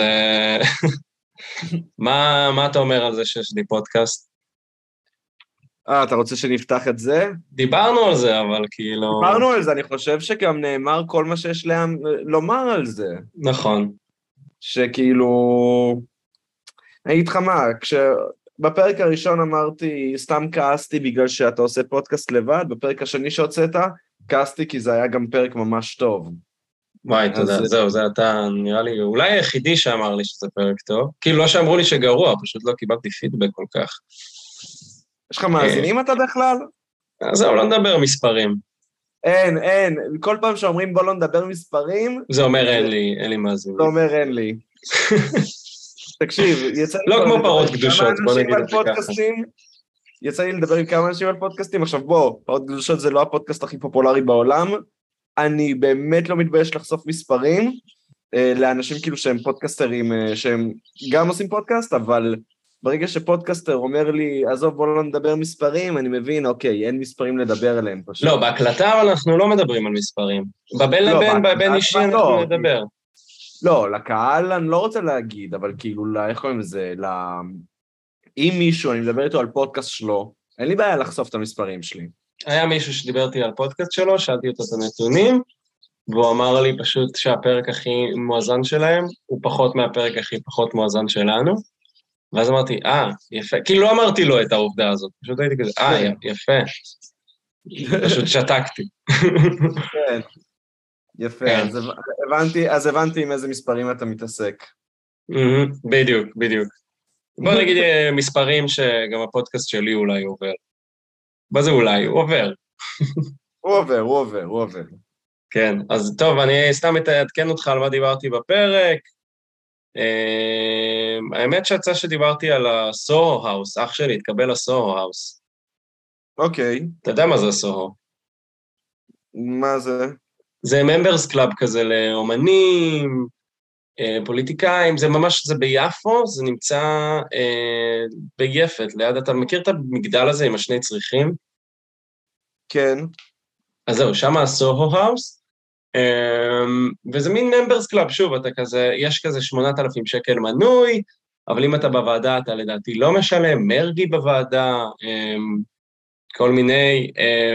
מה, מה אתה אומר על זה שיש לי פודקאסט? אה, אתה רוצה שנפתח את זה? דיברנו על זה, אבל כאילו... דיברנו על זה, אני חושב שגם נאמר כל מה שיש להם לומר על זה. נכון. שכאילו... אני אגיד לך מה, כשבפרק הראשון אמרתי, סתם כעסתי בגלל שאתה עושה פודקאסט לבד, בפרק השני שהוצאת, כעסתי כי זה היה גם פרק ממש טוב. וואי, תודה, אז... זהו, זה אתה, נראה לי, אולי היחידי שאמר לי שזה פרק טוב, כאילו לא שאמרו לי שגרוע, פשוט לא קיבלתי פידבק כל כך. יש לך מאזינים אתה בכלל? אז זהו, לא נדבר מספרים. אין, אין, כל פעם שאומרים בוא לא נדבר מספרים... זה אומר אין לי, אין לי מאזינים. זה אומר אין לי. תקשיב, יצא לי... לא כמו פרות קדושות, בוא נגיד את זה ככה. יצא לי לדבר עם כמה אנשים על פודקאסטים, עכשיו בוא, פרות קדושות זה לא הפודקאסט הכי פופולרי בעולם, אני באמת לא מתבייש לחשוף מספרים, לאנשים כאילו שהם פודקאסטרים, שהם גם עושים פודקאסט, אבל ברגע שפודקאסטר אומר לי, עזוב בוא לא נדבר מספרים, אני מבין, אוקיי, אין מספרים לדבר עליהם פשוט. לא, בהקלטה אנחנו לא מדברים על מספרים. בבין לבין, בבין אישי אנחנו נדבר. לא, לקהל אני לא רוצה להגיד, אבל כאילו, איך קוראים לזה, אם מישהו, אני מדבר איתו על פודקאסט שלו, אין לי בעיה לחשוף את המספרים שלי. היה מישהו שדיבר איתי על פודקאסט שלו, שאלתי אותו את הנתונים, והוא אמר לי פשוט שהפרק הכי מואזן שלהם, הוא פחות מהפרק הכי פחות מואזן שלנו, ואז אמרתי, אה, יפה, כאילו לא אמרתי לו את העובדה הזאת, פשוט הייתי כזה, אה, יפה, פשוט שתקתי. כן, יפה, אז הבנתי עם איזה מספרים אתה מתעסק. בדיוק, בדיוק. בוא נגיד מספרים שגם הפודקאסט שלי אולי עובר. מה זה אולי? הוא עובר. הוא עובר, הוא עובר, הוא עובר. כן, אז טוב, אני סתם אתעדכן אותך על מה דיברתי בפרק. האמת שיצא שדיברתי על הסוהו האוס, אח שלי התקבל לסוהו האוס. אוקיי. אתה יודע מה זה הסוהו? מה זה? זה ממברס קלאב כזה לאומנים, פוליטיקאים, זה ממש, זה ביפו, זה נמצא ביפת, ליד, אתה מכיר את המגדל הזה עם השני צריכים? כן. אז זהו, שם הסוהו האוס, וזה מין ממברס קלאב, שוב, אתה כזה, יש כזה שמונת אלפים שקל מנוי, אבל אם אתה בוועדה, אתה לדעתי לא משלם, מרגי בוועדה, כל מיני,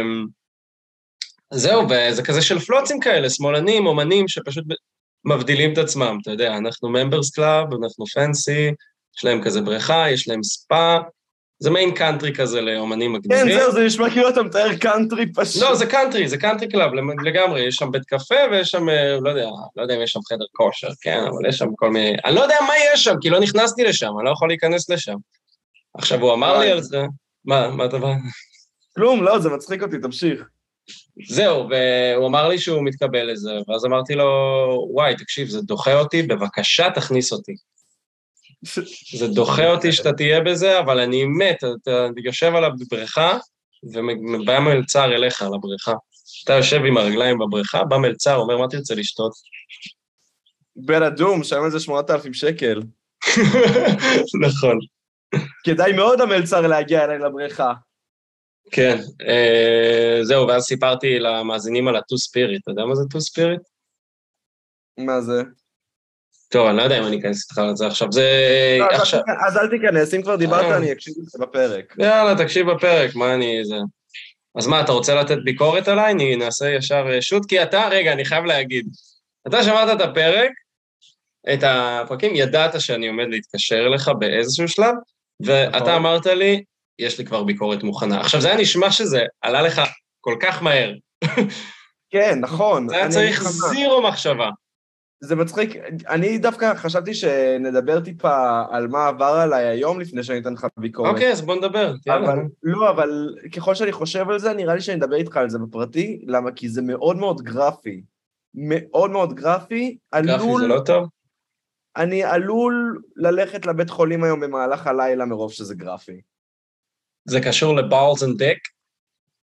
זהו, וזה כזה של פלוצים כאלה, שמאלנים, אומנים, שפשוט מבדילים את עצמם, אתה יודע, אנחנו ממברס קלאב, אנחנו פנסי, יש להם כזה בריכה, יש להם ספא, זה מיין קאנטרי כזה לאומנים מגניבים. כן, זהו, זה נשמע כאילו אתה מתאר קאנטרי פשוט. לא, זה קאנטרי, זה קאנטרי קלאב לגמרי, יש שם בית קפה ויש שם, לא יודע, לא יודע אם יש שם חדר כושר, כן, אבל יש שם כל מיני, אני לא יודע מה יש שם, כי לא נכנסתי לשם, אני לא יכול להיכנס לשם. עכשיו, הוא אמר לי על זה, מה, מה אתה בא? כלום, לא, זה מצחיק אותי, תמשיך. זהו, והוא אמר לי שהוא מתקבל לזה, ואז אמרתי לו, וואי, תקשיב, זה דוחה אותי, בבקשה תכניס אותי. זה דוחה אותי שאתה תהיה בזה, אבל אני מת, אתה יושב על הבריכה, ובא מלצר אליך על הבריכה. אתה יושב עם הרגליים בבריכה, בא מלצר, אומר, מה תרצה לשתות? בן אדום, שם איזה שמונת אלפים שקל. נכון. כדאי מאוד המלצר להגיע אליי לבריכה. כן, זהו, ואז סיפרתי למאזינים על ה-Two Spirit, אתה יודע מה זה Two Spirit? מה זה? טוב, אני לא יודע אם אני אכנס איתך על זה עכשיו, זה... אז אל תיכנס, אם כבר דיברת, אני אקשיב לזה בפרק. יאללה, תקשיב בפרק, מה אני... אז מה, אתה רוצה לתת ביקורת עליי? אני נעשה ישר שוט, כי אתה, רגע, אני חייב להגיד, אתה שמעת את הפרק, את הפרקים, ידעת שאני עומד להתקשר לך באיזשהו שלב, ואתה אמרת לי, יש לי כבר ביקורת מוכנה. עכשיו, זה היה נשמע שזה עלה לך כל כך מהר. כן, נכון. זה היה צריך זירו מחשבה. זה מצחיק, אני דווקא חשבתי שנדבר טיפה על מה עבר עליי היום לפני שאני אתן לך ביקורת. אוקיי, אז בוא נדבר. אבל, לא, אבל ככל שאני חושב על זה, נראה לי שאני אדבר איתך על זה בפרטי, למה? כי זה מאוד מאוד גרפי. מאוד מאוד גרפי. גרפי זה לא טוב? אני עלול ללכת לבית חולים היום במהלך הלילה מרוב שזה גרפי. זה קשור לבאלס אנד דיק?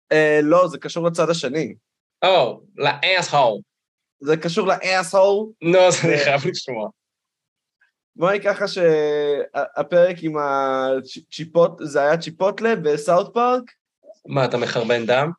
אה, לא, זה קשור לצד השני. או, לאס-הול. זה קשור לאס-הול. נו, אז אני חייב לשמוע. בואי ככה שהפרק עם הצ'יפות, זה היה צ'יפוטלה בסאוט פארק? מה, אתה מחרבן דם?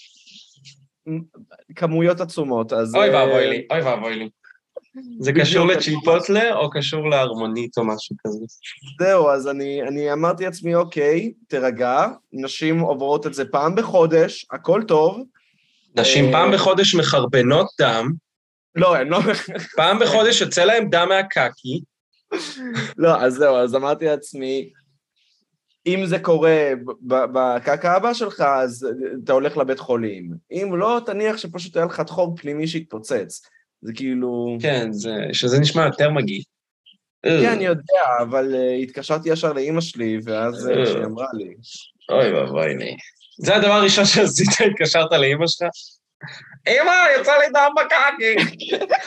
כמויות עצומות, אז... אוי ואבוי לי, אוי ואבוי לי. זה קשור לצ'יפוטלה או קשור להרמונית או משהו כזה? זהו, אז אני, אני אמרתי לעצמי, אוקיי, תרגע, נשים עוברות את זה פעם בחודש, הכל טוב. נשים פעם בחודש מחרבנות דם. לא, הם לא... פעם בחודש יוצא להם דם מהקקי. לא, אז זהו, אז אמרתי לעצמי, אם זה קורה בקקה הבא שלך, אז אתה הולך לבית חולים. אם לא, תניח שפשוט היה לך חור פנימי שהתפוצץ. זה כאילו... כן, זה, שזה נשמע יותר מגעיל. כן, אני יודע, אבל uh, התקשרתי ישר לאמא שלי, ואז uh, שהיא אמרה לי. אוי ואבוי לי. זה הדבר הראשון שעשית, התקשרת לאמא שלך? אמא, יצא לי דם בקקי!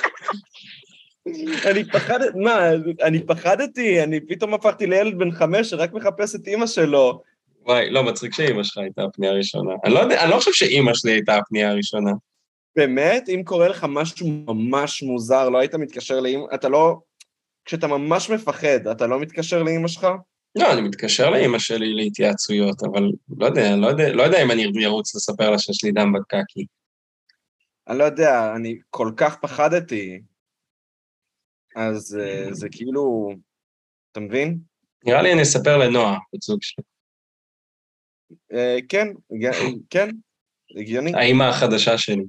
אני פחדת, מה, אני פחדתי, אני פתאום הפכתי לילד בן חמש שרק מחפש את אמא שלו. וואי, לא, מצחיק שאמא שלך הייתה הפנייה הראשונה. אני לא יודע, אני לא חושב שאמא שלי הייתה הפנייה הראשונה. באמת? אם קורה לך משהו ממש מוזר, לא היית מתקשר לאמא, אתה לא, כשאתה ממש מפחד, אתה לא מתקשר לאמא שלך? לא, אני מתקשר לאמא שלי להתייעצויות, אבל לא יודע, לא יודע, לא יודע אם אני ארוץ לספר לה שיש לי דם בקקי. אני לא יודע, אני כל כך פחדתי. אז uh, זה כאילו, אתה מבין? נראה לי אני אספר לנועה, בצוג שלי. Uh, כן, כן, הגיוני. האמא החדשה שלי.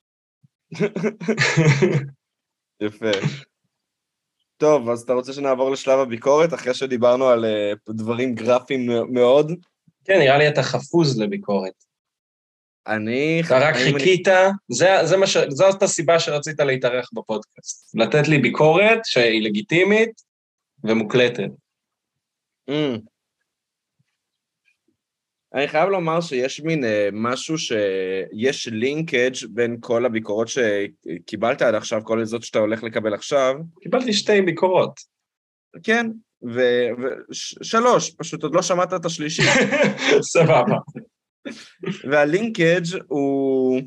יפה. טוב, אז אתה רוצה שנעבור לשלב הביקורת, אחרי שדיברנו על uh, דברים גרפיים מאוד? כן, נראה לי אתה חפוז לביקורת. אני... אתה רק חיכית, זה, זה מה ש... זאת הסיבה שרצית להתארח בפודקאסט. לתת לי ביקורת שהיא לגיטימית ומוקלטת. Mm. אני חייב לומר שיש מין uh, משהו שיש לינקאג' בין כל הביקורות שקיבלת עד עכשיו, כל זאת שאתה הולך לקבל עכשיו. קיבלתי שתי ביקורות. כן, ושלוש, ו- פשוט עוד לא שמעת את השלישי. סבבה. והלינקאג' הוא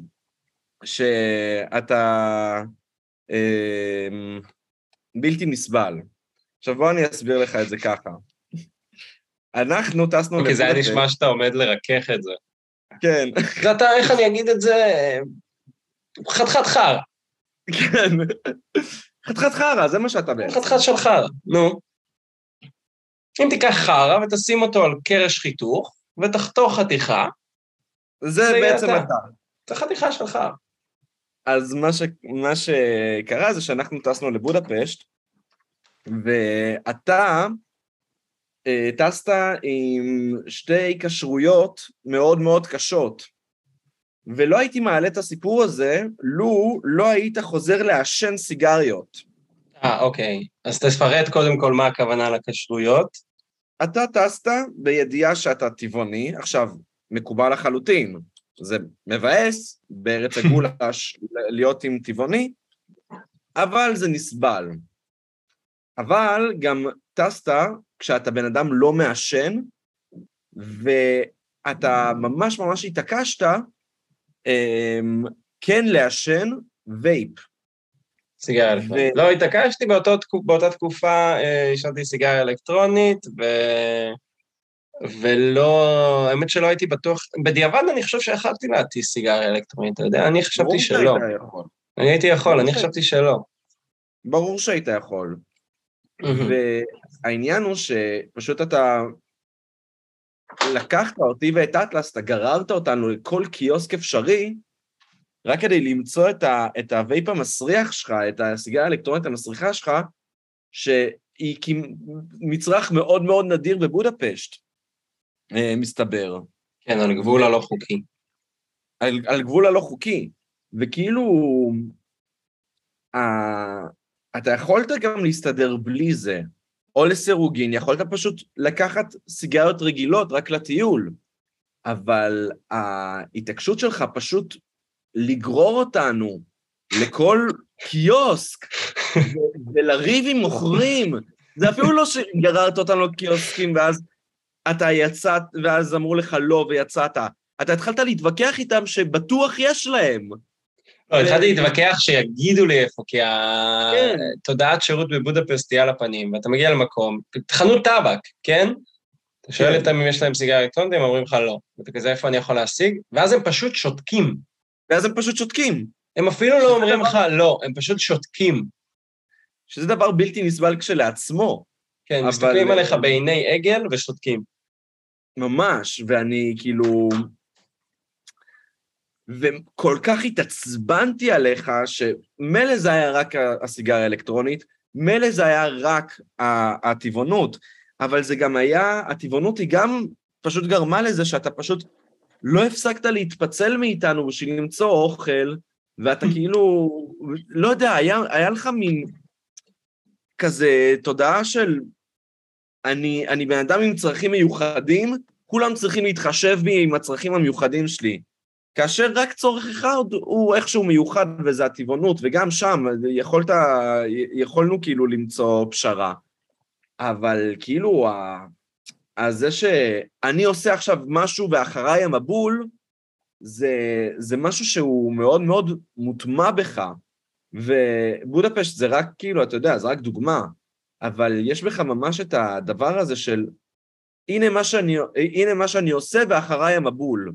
שאתה אה, בלתי נסבל. עכשיו בוא אני אסביר לך את זה ככה. אנחנו טסנו... אוקיי, זה היה נשמע שאתה עומד לרכך את זה. כן. זה אתה, איך אני אגיד את זה? חתיכת חרא. כן. חתיכת חרא, זה מה שאתה בעצם. חתיכת של חרא, נו. אם תיקח חרא ותשים אותו על קרש חיתוך, ותחתוך חתיכה, זה בעצם אתה. זה חתיכה של חרא. אז מה, ש... מה שקרה זה שאנחנו טסנו לבודפשט, ואתה אה, טסת עם שתי קשרויות מאוד מאוד קשות, ולא הייתי מעלה את הסיפור הזה, לו לא היית חוזר לעשן סיגריות. אה, אוקיי. אז תפרט קודם כל מה הכוונה לקשרויות. אתה טסת בידיעה שאתה טבעוני, עכשיו, מקובל לחלוטין, זה מבאס בארץ הגולש להיות עם טבעוני, אבל זה נסבל. אבל גם טסת כשאתה בן אדם לא מעשן, ואתה ממש ממש התעקשת כן לעשן וייפ. סיגריה אלקטרונית. לא התעקשתי, באותה תקופה ישנתי סיגריה אלקטרונית, ו... ולא, האמת שלא הייתי בטוח, בדיעבד אני חושב שיכלתי להטיס סיגריה אלקטרונית, אתה יודע, אני חשבתי שלא. אני הייתי יכול, אני חשבתי שלא. ברור שהיית יכול. והעניין הוא שפשוט אתה לקחת אותי ואת אטלס, אתה גררת אותנו לכל קיוסק אפשרי, רק כדי למצוא את, ה, את הווייפ המסריח שלך, את הסיגריה האלקטרונית המסריחה שלך, שהיא מצרך מאוד מאוד נדיר בבודפשט, מסתבר. כן, על גבול הלא חוקי. על, על גבול הלא חוקי. וכאילו, ה, אתה יכולת גם להסתדר בלי זה, או לסירוגין, יכולת פשוט לקחת סיגריות רגילות רק לטיול, אבל ההתעקשות שלך פשוט לגרור אותנו לכל קיוסק, ולריב עם מוכרים, זה אפילו לא שגררת אותנו לקיוסקים, ואז אתה יצאת, ואז אמרו לך לא, ויצאת, אתה התחלת להתווכח איתם שבטוח יש להם. לא, התחלתי להתווכח שיגידו לי איפה, כי כן. התודעת שירות בבודפסט היא על הפנים, ואתה מגיע למקום, חנות טבק, כן? אתה שואל אותם אם יש להם סיגריה אלקטרונית, הם אומרים לך לא. ואתה כזה, איפה אני יכול להשיג? ואז הם פשוט שותקים. ואז הם פשוט שותקים. הם אפילו לא אומרים לך לא, הם פשוט שותקים. שזה דבר בלתי נסבל כשלעצמו. כן, מסתכלים עליך בעיני עגל ושותקים. ממש, ואני כאילו... וכל כך התעצבנתי עליך, שמלא זה היה רק הסיגריה האלקטרונית, מלא זה היה רק הטבעונות, אבל זה גם היה, הטבעונות היא גם פשוט גרמה לזה שאתה פשוט לא הפסקת להתפצל מאיתנו בשביל למצוא אוכל, ואתה כאילו, לא יודע, היה, היה לך מין כזה תודעה של, אני, אני בן אדם עם צרכים מיוחדים, כולם צריכים להתחשב בי עם הצרכים המיוחדים שלי. כאשר רק צורך אחד הוא איכשהו מיוחד, וזה הטבעונות, וגם שם יכולת, יכולנו כאילו למצוא פשרה. אבל כאילו, אז זה שאני עושה עכשיו משהו ואחריי המבול, זה, זה משהו שהוא מאוד מאוד מוטמע בך, ובודפשט זה רק כאילו, אתה יודע, זה רק דוגמה, אבל יש בך ממש את הדבר הזה של, הנה מה שאני, הנה מה שאני עושה ואחריי המבול.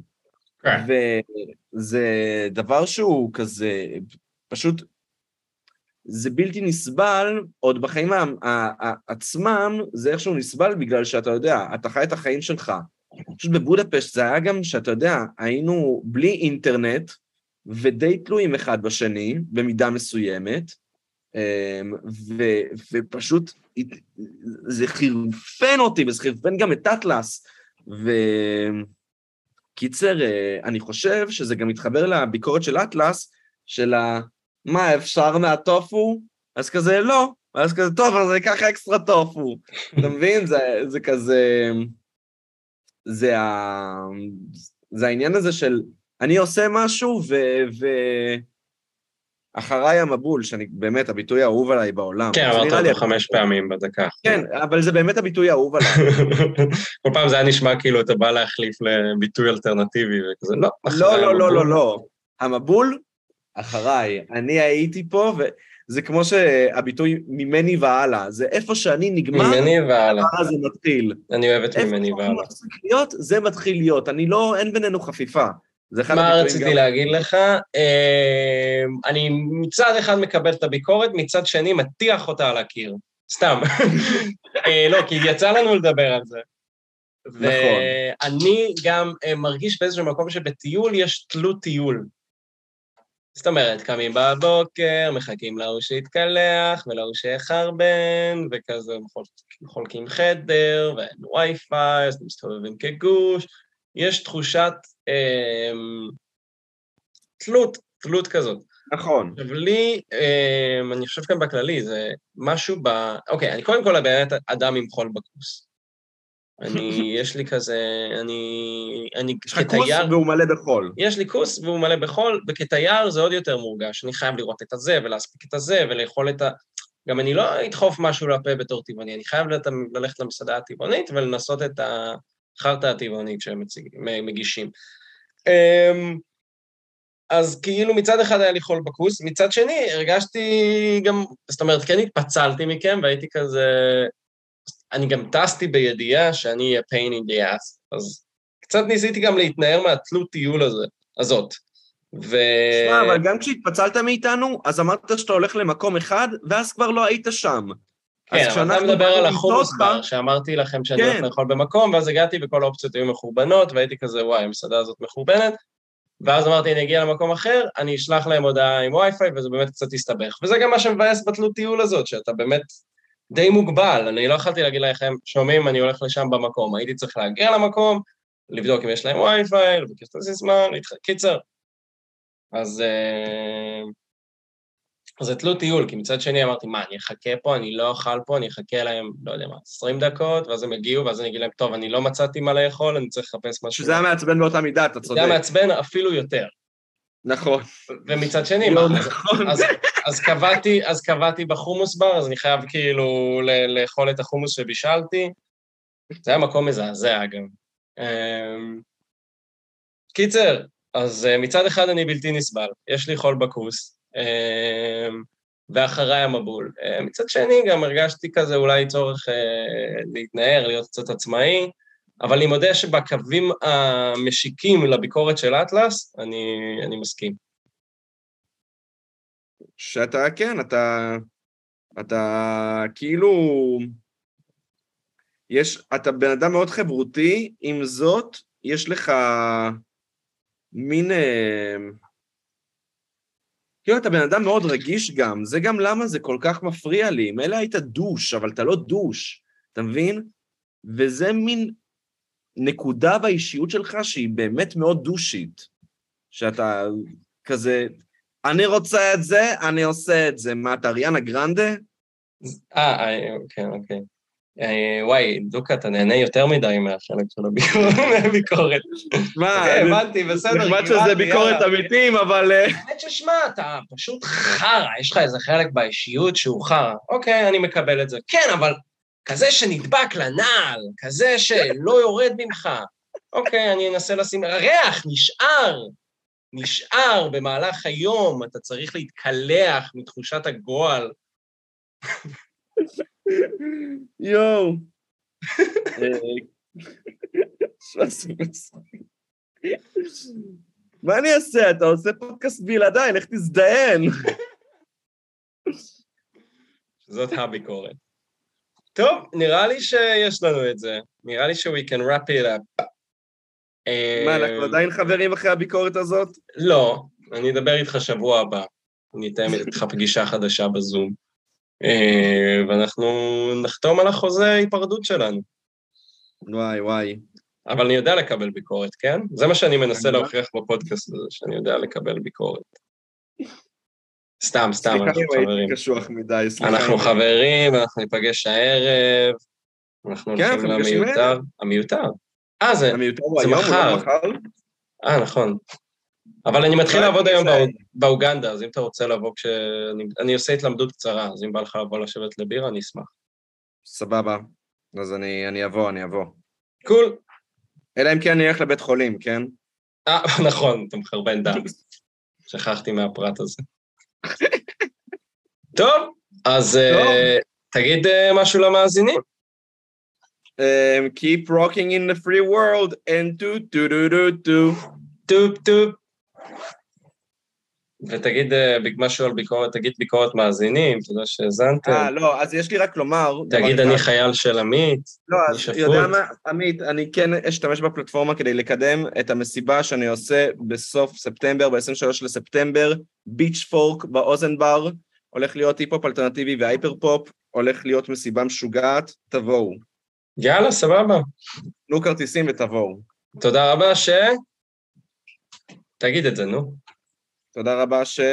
וזה דבר שהוא כזה, פשוט, זה בלתי נסבל, עוד בחיים עצמם, זה איכשהו נסבל בגלל שאתה יודע, אתה חי את החיים שלך. פשוט בבודפשט זה היה גם שאתה יודע, היינו בלי אינטרנט, ודי תלויים אחד בשני, במידה מסוימת, ו, ופשוט זה חירפן אותי, וזה חירפן גם את אטלס, ו... קיצר, אני חושב שזה גם מתחבר לביקורת של אטלס, של ה... מה, אפשר מהטופו? אז כזה, לא. אז כזה, טוב, אז זה ככה אקסטרה טופו. אתה מבין? זה, זה כזה... זה, ה... זה העניין הזה של... אני עושה משהו, ו... ו... אחריי המבול, שאני באמת, הביטוי האהוב עליי בעולם. כן, אמרת אותו חמש פעמים בדקה. כן, אבל זה באמת הביטוי האהוב עליי. כל פעם זה היה נשמע כאילו אתה בא להחליף לביטוי אלטרנטיבי, וכזה, לא, לא, לא, לא, לא, לא. המבול, אחריי. אני הייתי פה, וזה כמו שהביטוי ממני והלאה. זה איפה שאני נגמר, ממני והלאה. זה מתחיל. אני אוהבת ממני והלאה. איפה שאני מפסיק להיות, זה מתחיל להיות. אני לא, אין בינינו חפיפה. מה רציתי גם... להגיד לך? אני מצד אחד מקבל את הביקורת, מצד שני מטיח אותה על הקיר. סתם. לא, כי יצא לנו לדבר על זה. נכון. ואני גם מרגיש באיזשהו מקום שבטיול יש תלות טיול. זאת אומרת, קמים בבוקר, מחכים להוא שיתקלח, ולהוא שיחרבן, וכזה חולקים חדר, ואין וי-פיי, אז מסתובבים כגוש. יש תחושת אה, תלות, תלות כזאת. נכון. עכשיו לי, אה, אני חושב כאן בכללי, זה משהו ב... אוקיי, אני קודם כל באמת אדם עם חול בכוס. אני, יש לי כזה, אני, אני יש לך כוס והוא מלא בחול. יש לי כוס והוא מלא בחול, וכתייר זה עוד יותר מורגש. אני חייב לראות את הזה, ולהספיק את הזה, ולאכול את ה... גם אני לא אדחוף משהו לפה בתור טבעוני, אני חייב ללכת למסעדה הטבעונית, ולנסות את החרטה הטבעונית שהם מגישים. אז כאילו מצד אחד היה לי חול בכוס, מצד שני הרגשתי גם, זאת אומרת, כן התפצלתי מכם, והייתי כזה... אני גם טסתי בידיעה שאני אהיה pain in the ass, אז קצת ניסיתי גם להתנער מהתלות טיול הזה, הזאת. ו... שמה, אבל גם כשהתפצלת מאיתנו, אז אמרת שאתה הולך למקום אחד, ואז כבר לא היית שם. כן, אבל אתה מדבר על החומוס בר, שאמרתי לכם שאני הולך לאכול במקום, ואז הגעתי וכל האופציות היו מחורבנות, והייתי כזה, וואי, המסעדה הזאת מחורבנת, ואז אמרתי, אני אגיע למקום אחר, אני אשלח להם הודעה עם וי-פיי, וזה באמת קצת יסתבך. וזה גם מה שמבאס בתלות טיול הזאת, שאתה באמת די מוגבל, אני לא יכולתי להגיד לכם, שומעים, אני הולך לשם במקום, הייתי צריך להגיע למקום, לבדוק אם יש להם וי-פיי, לבקש את הסיסמה, קיצר. אז זה תלות טיול, כי מצד שני אמרתי, מה, אני אחכה פה, אני לא אוכל פה, אני אחכה להם, לא יודע מה, עשרים דקות, ואז הם הגיעו, ואז אני אגיד להם, טוב, אני לא מצאתי מה לאכול, אני צריך לחפש משהו. שזה היה מעצבן באותה מידה, אתה צודק. זה היה מעצבן אפילו יותר. נכון. ומצד שני, מה, אז, אז קבעתי, אז קבעתי בחומוס בר, אז אני חייב כאילו לאכול את החומוס שבישלתי. זה היה מקום מזעזע גם. קיצר, אז מצד אחד אני בלתי נסבל, יש לי חול בכוס, ואחריי המבול. מצד שני גם הרגשתי כזה אולי צורך להתנער, להיות קצת עצמאי, אבל אני מודה שבקווים המשיקים לביקורת של אטלס, אני, אני מסכים. שאתה, כן, אתה, אתה כאילו, יש, אתה בן אדם מאוד חברותי, עם זאת, יש לך מין, כאילו, אתה בן אדם מאוד רגיש גם, זה גם למה זה כל כך מפריע לי, מילא היית דוש, אבל אתה לא דוש, אתה מבין? וזה מין נקודה באישיות שלך שהיא באמת מאוד דושית, שאתה כזה, אני רוצה את זה, אני עושה את זה, מה, אתה אריאנה גרנדה? אה, אוקיי, אוקיי. וואי, דוקה, אתה נהנה יותר מדי מהחלק של הביקורת. מה, הבנתי, בסדר. נחמד שזה ביקורת אמיתיים, אבל... האמת ששמע, אתה פשוט חרה, יש לך איזה חלק באישיות שהוא חרה. אוקיי, אני מקבל את זה. כן, אבל כזה שנדבק לנעל, כזה שלא יורד ממך. אוקיי, אני אנסה לשים... ריח, נשאר. נשאר במהלך היום, אתה צריך להתקלח מתחושת הגועל. יואו. מה אני אעשה? אתה עושה פודקאסט בלעדיי, לך תזדיין. זאת הביקורת. טוב, נראה לי שיש לנו את זה. נראה לי ש- we can wrap it up. מה, אנחנו עדיין חברים אחרי הביקורת הזאת? לא, אני אדבר איתך שבוע הבא. אני אתאם איתך פגישה חדשה בזום. ואנחנו נחתום על החוזה היפרדות שלנו. וואי, וואי. אבל אני יודע לקבל ביקורת, כן? זה מה שאני מנסה להוכיח בפודקאסט הזה, שאני יודע לקבל ביקורת. סתם, סתם, אנחנו חברים. קשוח מדי, סליחה. אנחנו חברים, אנחנו ניפגש הערב, אנחנו הולכים למיותר. המיותר. אה, זה מחר. אה, נכון. אבל אני מתחיל לעבוד היום באוגנדה, אז אם אתה רוצה לבוא כשאני עושה התלמדות קצרה, אז אם בא לך לבוא לשבת לבירה, אני אשמח. סבבה. אז אני אבוא, אני אבוא. קול. אלא אם כן אני אלך לבית חולים, כן? אה, נכון, אתה מחרבן דם. שכחתי מהפרט הזה. טוב, אז תגיד משהו למאזינים. Keep rocking in the free world, and do do do do do. טופ טופ. ותגיד משהו על ביקורת, תגיד ביקורת מאזינים, תודה שהזנתם. אה, לא, אז יש לי רק לומר... תגיד, אני חייל של עמית. לא, אז יודע מה, עמית, אני כן אשתמש בפלטפורמה כדי לקדם את המסיבה שאני עושה בסוף ספטמבר, ב-עשרים ושלושה לספטמבר, ביץ' פורק באוזן בר, הולך להיות היפ-הופ אלטרנטיבי והייפר-פופ, הולך להיות מסיבה משוגעת, תבואו. יאללה, סבבה. תנו כרטיסים ותבואו. תודה רבה ש... תגיד את זה, נו. תודה רבה ש...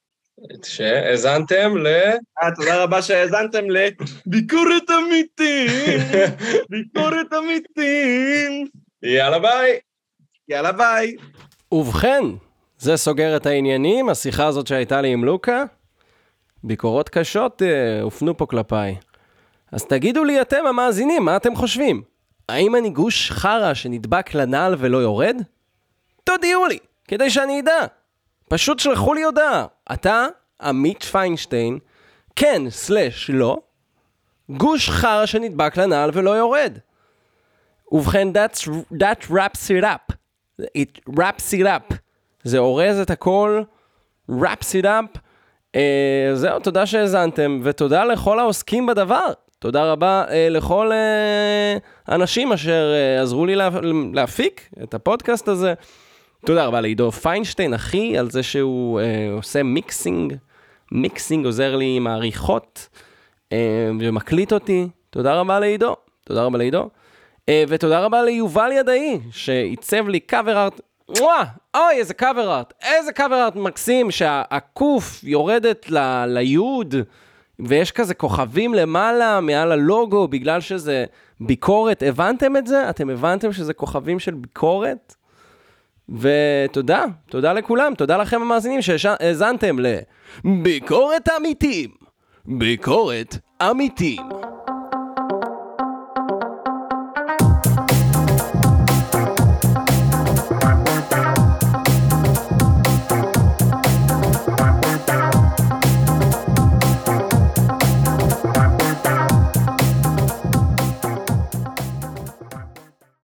שהזנתם ל... אה, תודה רבה שהזנתם ל... ביקורת אמיתים! ביקורת אמיתים! יאללה ביי! יאללה ביי! ובכן, זה סוגר את העניינים, השיחה הזאת שהייתה לי עם לוקה. ביקורות קשות אה, הופנו פה כלפיי. אז תגידו לי אתם המאזינים, מה אתם חושבים? האם אני גוש חרה שנדבק לנעל ולא יורד? תודיעו לי! כדי שאני אדע. פשוט שלחו לי הודעה. אתה, עמית פיינשטיין, כן סלש לא, גוש חרה שנדבק לנעל ולא יורד. ובכן, that's, that wraps it up. It wraps it up. זה אורז את הכל, wraps it up. Uh, זהו, תודה שהזנתם, ותודה לכל העוסקים בדבר. תודה רבה uh, לכל uh, אנשים אשר uh, עזרו לי לה, להפיק את הפודקאסט הזה. תודה רבה לעידו פיינשטיין, אחי, על זה שהוא אה, עושה מיקסינג, מיקסינג עוזר לי עם העריכות, אה, ומקליט אותי. תודה רבה לעידו, תודה רבה לעידו. אה, ותודה רבה ליובל ידעי, שעיצב לי קאבר ארט, וואה, אוי, איזה קאבר ארט, איזה קאבר ארט מקסים, שהקוף יורדת ל- ליוד, ויש כזה כוכבים למעלה, מעל הלוגו, בגלל שזה ביקורת. הבנתם את זה? אתם הבנתם שזה כוכבים של ביקורת? ותודה, תודה לכולם, תודה לכם המאזינים שהאזנתם לביקורת אמיתים, ביקורת אמיתים.